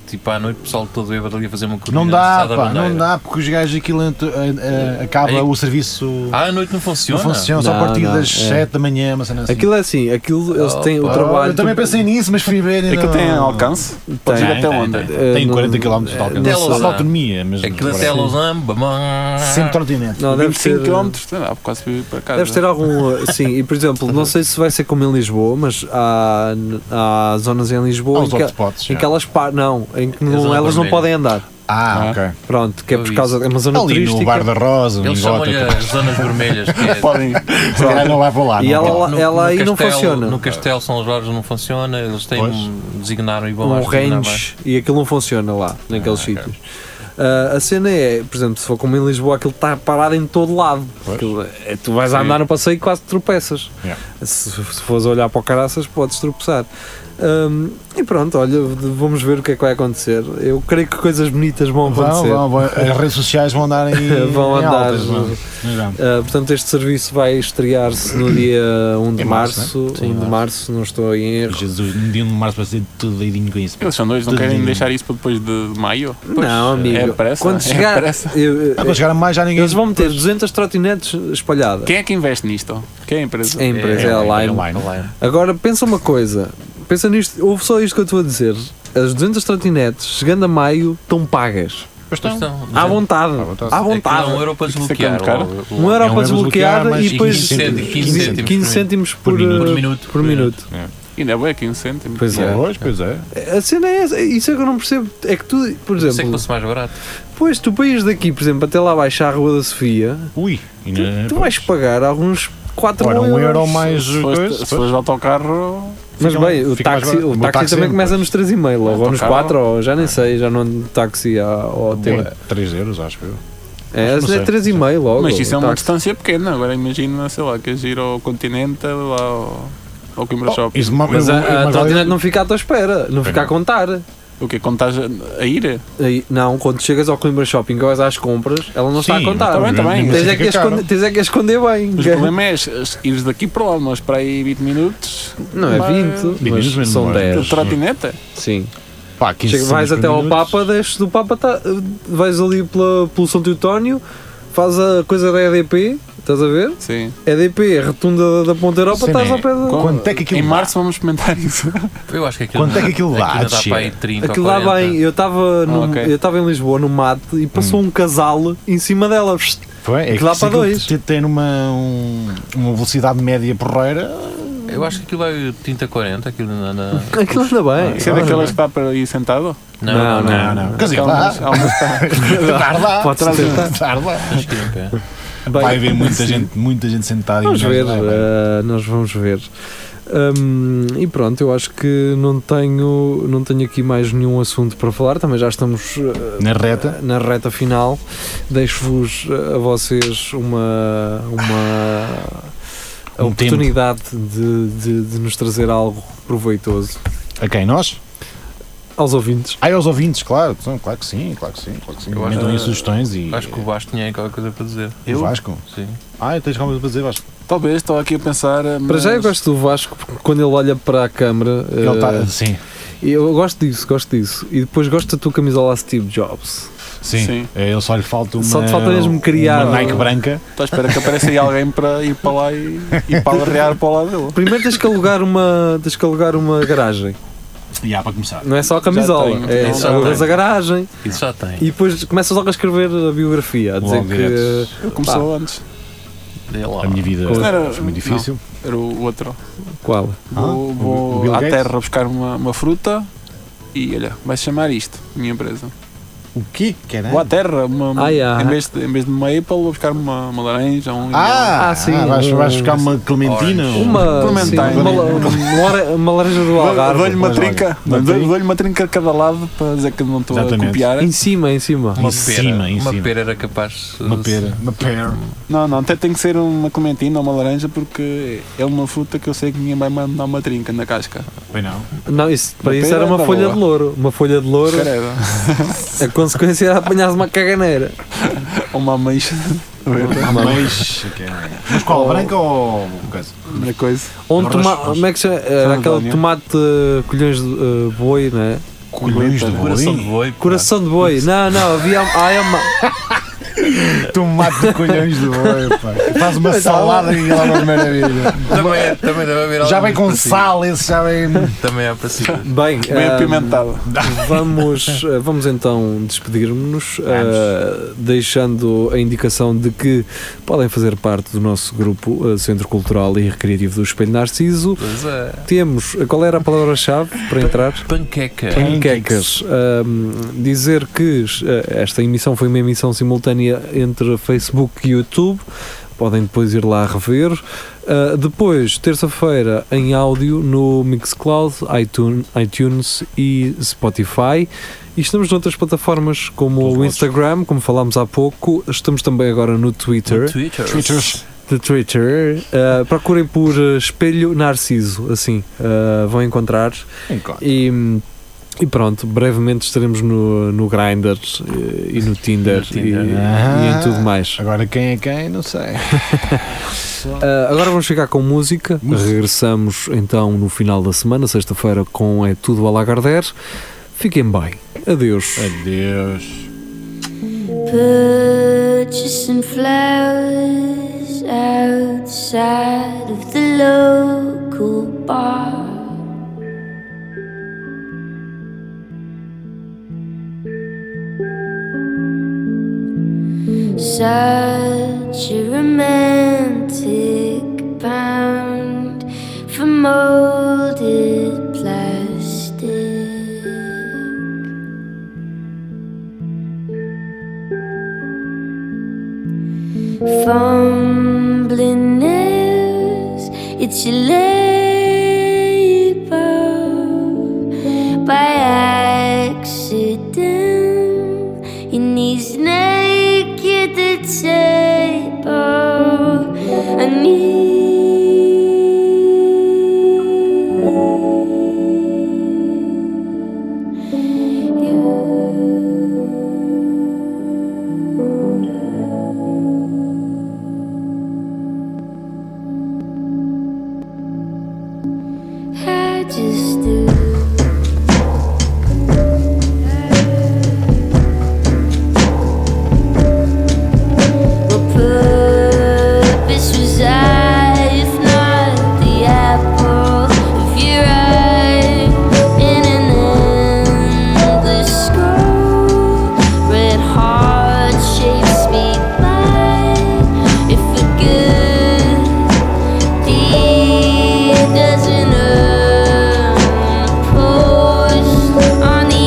Speaker 3: tipo à noite, o pessoal todo bêbado ali a fazer uma corrida.
Speaker 4: Não dá,
Speaker 3: da
Speaker 4: pá,
Speaker 3: bandeira.
Speaker 4: não dá, porque os gajos aquilo ent- a- a- acaba
Speaker 3: Aí-
Speaker 4: o serviço.
Speaker 3: Ah, à noite não funciona?
Speaker 4: Não funciona, só a
Speaker 2: Não,
Speaker 4: partir
Speaker 2: não,
Speaker 4: das
Speaker 2: é.
Speaker 4: sete da manhã, uma cena assim.
Speaker 2: Aquilo é assim, aquilo eles têm o
Speaker 3: Oh,
Speaker 2: trabalho.
Speaker 4: Eu também pensei nisso, mas fui ver. e
Speaker 5: Aquilo
Speaker 4: não-
Speaker 5: tem alcance? Pode ir
Speaker 2: Tem,
Speaker 5: até
Speaker 4: tem,
Speaker 5: onde?
Speaker 4: Tem,
Speaker 2: Eh,
Speaker 4: tem
Speaker 2: não-
Speaker 4: quarenta quilómetros de alcance.
Speaker 3: Até
Speaker 4: Não
Speaker 3: Lausanne.
Speaker 4: de autonomia, mas.
Speaker 3: Aquilo
Speaker 4: agora-
Speaker 3: até Lausanne.
Speaker 4: Sempre trotinete.
Speaker 2: Não, deve
Speaker 5: vinte e cinco
Speaker 2: ser.
Speaker 5: quilómetros, dá quase para ir para casa.
Speaker 2: Deve ter algum. Sim, e por exemplo, não sei se vai ser como em Lisboa, mas há, há zonas em Lisboa
Speaker 4: Há
Speaker 2: em
Speaker 4: os
Speaker 2: que,
Speaker 4: hotspots.
Speaker 2: em
Speaker 4: já.
Speaker 2: que elas par, não, em que não-
Speaker 3: zona
Speaker 2: elas não
Speaker 3: vermelha.
Speaker 2: podem andar.
Speaker 4: Ah,
Speaker 5: Ah.
Speaker 4: ok.
Speaker 2: Pronto, que é
Speaker 3: Eu
Speaker 2: por
Speaker 3: vi
Speaker 2: causa de uma zona
Speaker 4: Ali
Speaker 2: turística.
Speaker 4: no Bar da Rosa,
Speaker 3: Eles
Speaker 4: em Gota.
Speaker 3: chamam-lhe as zonas vermelhas. Que é,
Speaker 5: Podem.
Speaker 4: Se calhar não vai para lá.
Speaker 2: E
Speaker 4: não
Speaker 2: ela
Speaker 4: vai lá.
Speaker 2: lá-
Speaker 3: no-
Speaker 2: ela
Speaker 3: no
Speaker 2: aí não
Speaker 3: Castelo-
Speaker 2: funciona.
Speaker 3: No Castelo São Jorge não funciona, eles têm
Speaker 4: Pois.
Speaker 3: um designaram e vão lá
Speaker 2: um
Speaker 3: designar
Speaker 2: range e aquilo não funciona lá, naqueles sítios. Ah, a cena é, por exemplo, se for como em Lisboa, aquilo está parado em todo lado.
Speaker 4: Pois.
Speaker 2: Aquilo é- tu vais a andar no passeio e quase tropeças.
Speaker 4: Yeah.
Speaker 2: Se, se fores a olhar para o caraças, podes tropeçar. Ahm, e pronto, olha, vamos ver o que é que vai acontecer. Eu creio que coisas bonitas vão
Speaker 4: Vão,
Speaker 2: acontecer.
Speaker 4: vão, vão. As redes sociais vão andar em,
Speaker 2: Vão
Speaker 4: em
Speaker 2: andar.
Speaker 4: altas, vão. Já.
Speaker 2: Ah, portanto, este serviço vai estrear-se no dia um de
Speaker 4: Em março,
Speaker 2: março.
Speaker 4: né? Sim,
Speaker 2: um de
Speaker 4: março.
Speaker 2: março, não estou em erro.
Speaker 4: Jesus, no dia de março vai ser tudo doidinho com isso.
Speaker 5: Eles são dois, não
Speaker 4: Tudo
Speaker 5: querem
Speaker 4: lindo.
Speaker 5: deixar isso para depois de maio?
Speaker 2: Não, amigo.
Speaker 5: é pressa,
Speaker 2: quando
Speaker 5: é
Speaker 2: chegar,
Speaker 5: pressa.
Speaker 2: eu- eu-
Speaker 4: Ah, quando chegar a mais já ninguém.
Speaker 2: eles vão meter duzentas trotinetes espalhadas.
Speaker 5: Quem é que investe nisto? Quem é a empresa?
Speaker 2: A empresa é, a Lime.
Speaker 4: Lime.
Speaker 2: Agora pensa uma coisa, pensa nisto, ouve só isto que eu estou a dizer. As duzentas trotinetes, chegando a maio, estão pagas.
Speaker 4: Pois
Speaker 3: Pois
Speaker 4: estão.
Speaker 3: estão.
Speaker 2: À vontade.
Speaker 4: À vontade.
Speaker 2: À
Speaker 3: Aquilo
Speaker 2: vontade.
Speaker 3: é um euro para
Speaker 5: Isso é que é
Speaker 3: desbloquear.
Speaker 5: muito caro.
Speaker 3: logo-
Speaker 2: Um
Speaker 3: logo.
Speaker 2: euro
Speaker 4: É um
Speaker 2: para
Speaker 4: euro
Speaker 2: desbloquear
Speaker 4: desbloquear,
Speaker 2: e
Speaker 4: mas
Speaker 2: depois
Speaker 3: quinze cêntimos, quinze cêntimos
Speaker 2: quinze
Speaker 3: por
Speaker 2: cêntimos por,
Speaker 4: por minuto.
Speaker 2: uh,
Speaker 3: Por minuto.
Speaker 2: por minuto.
Speaker 5: Ainda é bem, quinze cêntimos.
Speaker 2: Pois é.
Speaker 4: Pois, pois é.
Speaker 2: A cena é essa, isso é que eu não percebo. É que tu, por
Speaker 3: Isso é que
Speaker 2: exemplo,
Speaker 3: fosse mais barato.
Speaker 2: pois tu para ires daqui, por exemplo, até lá baixo à Rua da Sofia,
Speaker 4: Ui.
Speaker 2: tu, tu vais pagar alguns quatro
Speaker 4: Ora, um
Speaker 2: euros.
Speaker 4: euro mais.
Speaker 5: Se fores, se fores de autocarro,
Speaker 2: Mas
Speaker 4: Fica-
Speaker 2: bem, o
Speaker 4: fica mais
Speaker 2: táxi,
Speaker 4: barato.
Speaker 2: o
Speaker 4: O
Speaker 2: táxi
Speaker 4: táxi
Speaker 2: também
Speaker 4: é,
Speaker 2: começa
Speaker 4: pois.
Speaker 2: nos três e meio, logo, ou nos
Speaker 5: Autocarro.
Speaker 2: quatro, ou já nem sei, já não ando de táxi há, ao tempo.
Speaker 4: três euros, acho eu.
Speaker 2: É,
Speaker 4: acho que não
Speaker 2: é
Speaker 4: sei.
Speaker 2: três e meio logo.
Speaker 5: mas isso é
Speaker 2: o
Speaker 5: uma
Speaker 2: táxi.
Speaker 5: distância pequena. Agora imagina, sei lá, queres ir ao continente, lá ao, ao Coimbra Shopping.
Speaker 4: Isso, mas
Speaker 2: Mas a, a
Speaker 4: mas
Speaker 2: trotinete não fica à tua espera, não fica a contar.
Speaker 5: O que Quando estás a, a ir?
Speaker 2: Aí, não, quando chegas ao Coimbra Shopping que vais às compras, ela não está a
Speaker 4: Sim,
Speaker 2: contar.
Speaker 5: tá bem, tá bem.
Speaker 2: Tens, é que a
Speaker 4: Fica caro.
Speaker 2: esconder, tens é que a esconder bem.
Speaker 5: Mas o problema é es- ires daqui para lá, mas para aí vinte minutos.
Speaker 2: Não é
Speaker 5: mas-
Speaker 2: vinte,
Speaker 4: vinte
Speaker 2: mas
Speaker 4: minutos
Speaker 2: são
Speaker 4: mesmo,
Speaker 2: dez.
Speaker 5: De trotineta?
Speaker 2: Sim.
Speaker 4: Pá, quinze
Speaker 2: Chega, vais
Speaker 4: cêntimos
Speaker 2: até
Speaker 4: por
Speaker 2: ao
Speaker 4: minuto.
Speaker 2: Papa, desces do Papa, tá, vais ali pela, pelo São Teutónio, faz a coisa da E D P, estás a ver?
Speaker 5: Sim.
Speaker 2: E D P, retunda da Ponta Europa,
Speaker 4: Sim,
Speaker 2: estás
Speaker 4: né?
Speaker 2: ao pé da...
Speaker 4: Com- Quanto é que aquilo
Speaker 5: Em
Speaker 4: dá?
Speaker 5: março vamos experimentar isso.
Speaker 3: Eu acho que aquilo
Speaker 4: Quanto é que aquilo dá a
Speaker 3: Aquilo dá
Speaker 4: descer?
Speaker 3: para aí trinta
Speaker 2: Aquilo
Speaker 3: ou
Speaker 2: lá
Speaker 3: quarenta.
Speaker 2: bem, eu estava num-
Speaker 5: ok.
Speaker 2: eu estava em Lisboa no mate e passou um casal em cima dela.
Speaker 4: Foi? É
Speaker 2: Aquilo
Speaker 4: que
Speaker 2: dá
Speaker 4: se
Speaker 2: para
Speaker 4: aquilo
Speaker 2: dois.
Speaker 4: te- Tem uma, um- uma velocidade média porreira.
Speaker 3: Eu acho que aquilo é trinta a quarenta. Aquilo na. na-
Speaker 2: Aquilo anda bem.
Speaker 5: Isso é daquelas que dá para ir sentado?
Speaker 3: Não,
Speaker 2: Não,
Speaker 3: não,
Speaker 4: Não,
Speaker 3: não.
Speaker 4: não. Quer dizer,
Speaker 5: Aquelas-
Speaker 4: dá.
Speaker 5: há umas que-
Speaker 4: Dar lá.
Speaker 2: Pode
Speaker 4: Traz-
Speaker 2: tentar.
Speaker 4: dar lá.
Speaker 3: Acho que é em pé.
Speaker 2: Bem,
Speaker 4: Vai haver muita gente, muita gente sentada. e
Speaker 2: Vamos
Speaker 4: um
Speaker 2: ver,
Speaker 4: gajo lá, vai.
Speaker 2: eh, nós vamos ver. Hum, e pronto, eu acho que não tenho, não tenho aqui mais nenhum assunto para falar, também já estamos eh,
Speaker 4: Na reta.
Speaker 2: na reta final. Deixo-vos eh, a vocês uma, uma a
Speaker 4: Um
Speaker 2: oportunidade de, de, de nos trazer algo proveitoso
Speaker 4: A quem? Nós?
Speaker 2: aos ouvintes.
Speaker 4: Ah, aos ouvintes, claro. Então, claro que sim, claro que sim. Claro que sim.
Speaker 3: Eu acho-
Speaker 4: Metam aí sugestões e.
Speaker 3: Acho que o Vasco tinha aí qualquer coisa para dizer.
Speaker 4: O Vasco?
Speaker 3: Sim.
Speaker 4: Ah, tens alguma coisa para dizer, Vasco?
Speaker 5: Talvez, estou aqui a pensar.
Speaker 2: Para
Speaker 5: mas-
Speaker 2: já eu gosto do Vasco porque quando ele olha para a câmara,
Speaker 4: Ele está.
Speaker 2: eh,
Speaker 4: Sim.
Speaker 2: eu gosto disso, gosto disso. E depois gosto da tua camisola Steve Jobs.
Speaker 4: Sim.
Speaker 5: Sim.
Speaker 4: É, ele só lhe falta uma.
Speaker 2: Só te falta mesmo criar-
Speaker 4: Uma Nike branca.
Speaker 5: Estou à espera que apareça aí alguém para ir para lá e, e para arrear para o lado dele.
Speaker 2: Primeiro tens que alugar uma, tens que alugar uma garagem.
Speaker 4: E há para começar.
Speaker 2: Não é só a camisola,
Speaker 5: tenho,
Speaker 2: é
Speaker 3: já
Speaker 2: alugas
Speaker 3: tenho.
Speaker 2: a garagem
Speaker 3: Isso já tem.
Speaker 2: e depois começas logo a escrever a biografia, a dizer
Speaker 4: Logo
Speaker 2: que
Speaker 4: direto.
Speaker 5: Eu começou antes.
Speaker 3: Dê lá.
Speaker 4: A minha vida
Speaker 2: Não
Speaker 5: era-
Speaker 4: foi muito difícil.
Speaker 5: Era o outro.
Speaker 2: qual?
Speaker 4: Ah,
Speaker 5: Vou,
Speaker 4: o
Speaker 5: vou
Speaker 4: Bill
Speaker 5: à
Speaker 4: Gates?
Speaker 5: terra buscar uma, uma fruta e olha, vai-se chamar isto, minha empresa.
Speaker 4: O quê? Caralho.
Speaker 5: Vou à terra, uma,
Speaker 2: Ah, yeah.
Speaker 5: em, vez de, em vez de uma Apple, vou buscar uma, uma laranja, um
Speaker 4: Ah,
Speaker 2: Ah, sim,
Speaker 4: ah, vais,
Speaker 2: um-
Speaker 4: vais buscar uma clementina?
Speaker 3: Orange.
Speaker 2: Uma,
Speaker 5: Clementine.
Speaker 2: sim, uma, uma, lara- uma laranja do
Speaker 5: limão.
Speaker 2: Algarve.
Speaker 5: Dou-lhe uma
Speaker 4: mas olha,
Speaker 5: trinca,
Speaker 4: uma
Speaker 5: dou-
Speaker 4: trinca.
Speaker 5: dou-lhe uma trinca de cada lado para dizer que não estou a
Speaker 4: Exatamente.
Speaker 5: copiar.
Speaker 2: Em cima, em cima.
Speaker 3: Uma
Speaker 4: Em
Speaker 3: pera.
Speaker 4: cima, em
Speaker 3: uma
Speaker 4: cima.
Speaker 3: pera era capaz. de-
Speaker 4: Uma pera. Uma pera.
Speaker 5: Não, não, até tem que ser uma clementina ou uma laranja porque é uma fruta que eu sei que ninguém vai mandar uma trinca na casca.
Speaker 4: Bem não.
Speaker 2: Não, isso, para
Speaker 5: Uma
Speaker 2: isso
Speaker 5: pera
Speaker 2: era uma
Speaker 5: anda
Speaker 2: folha
Speaker 5: boa.
Speaker 2: de louro. Uma folha de louro,
Speaker 5: Caramba.
Speaker 2: a consequência era apanhar uma caganeira.
Speaker 5: Ou uma ameixa.
Speaker 4: Mas, mas qual? Branca ou coisa?
Speaker 5: Primeira coisa.
Speaker 2: Ou um
Speaker 4: Roxo,
Speaker 2: tomate,
Speaker 4: roxo.
Speaker 2: como é que se chama? Era
Speaker 5: São
Speaker 2: aquele
Speaker 5: António.
Speaker 2: tomate uh, colhões de uh, boi, né?
Speaker 4: Colhões de
Speaker 3: Coração de
Speaker 4: boi.
Speaker 3: boi. pá.
Speaker 2: Coração de boi. Não, não, havia. Ah, é uma.
Speaker 4: Tomate de colhões de boi, pá. Faz uma salada e ela é uma maravilha.
Speaker 3: Também, é- também deve haver
Speaker 4: Já
Speaker 3: algo
Speaker 4: vem com
Speaker 3: parecido.
Speaker 4: sal, esse já vem.
Speaker 3: Também é parecido.
Speaker 2: Bem,
Speaker 5: Bem
Speaker 2: ah,
Speaker 5: apimentado.
Speaker 2: Vamos, eh, vamos então despedir-nos, eh, deixando a indicação de que podem fazer parte do nosso grupo eh, Centro Cultural e Recreativo do Espelho Narciso.
Speaker 3: Pois é.
Speaker 2: Temos, qual era a palavra-chave para entrar?
Speaker 3: Panqueca.
Speaker 2: Panquecas. Ahm, dizer que eh, esta emissão foi uma emissão simultânea entre Facebook e YouTube. Podem depois ir lá rever. Uh, depois, terça-feira, em áudio no Mixcloud, iTunes, iTunes e Spotify. E estamos noutras plataformas como
Speaker 4: Todos
Speaker 2: o Instagram, como falámos há pouco. Estamos também agora no Twitter.
Speaker 3: No Twitter.
Speaker 4: Twitters.
Speaker 2: De Twitter. Uh, procurem por uh, Espelho Narciso, assim, uh, vão encontrar.
Speaker 4: Enquanto.
Speaker 2: E, e pronto, brevemente estaremos no, no Grindr eh, e no Tinder,
Speaker 3: No Tinder.
Speaker 2: E,
Speaker 4: Ah.
Speaker 2: e em tudo mais.
Speaker 4: Agora quem é quem, não sei.
Speaker 2: Uh, agora vamos ficar com música. Regressamos então no final da semana, sexta-feira, com É Tudo a Lagardère. Fiquem bem. Adeus.
Speaker 4: Adeus.
Speaker 7: Purchasing flowers outside of the local bar. Such a romantic pound for molded plastic. Fumbling nails, it's your labor by accident. Your knees naked at the table. I need I just do. What purpose was I, if not the apple of your eye, in an endless scroll? Red heart shapes speak light. If a good deed doesn't earn a post on the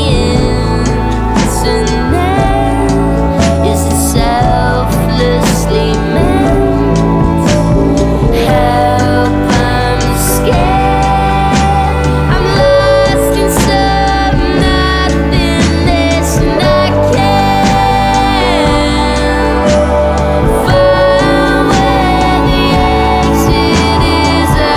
Speaker 7: internet, is it selflessly meant? Help, I'm scared. I'm lost in some nothingness, and I can't find where the exit is. I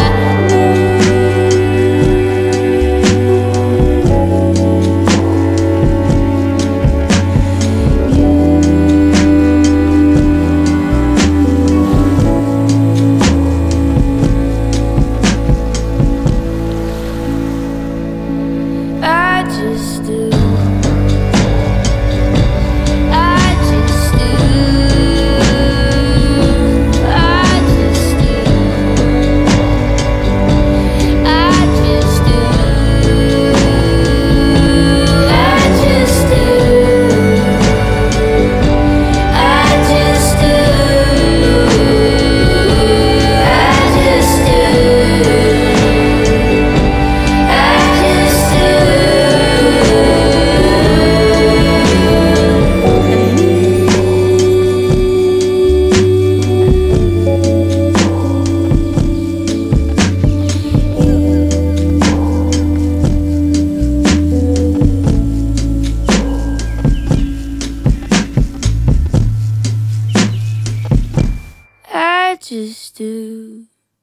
Speaker 7: I just do. I just do. I just do. I just do. I just do. I just do. I just I just do.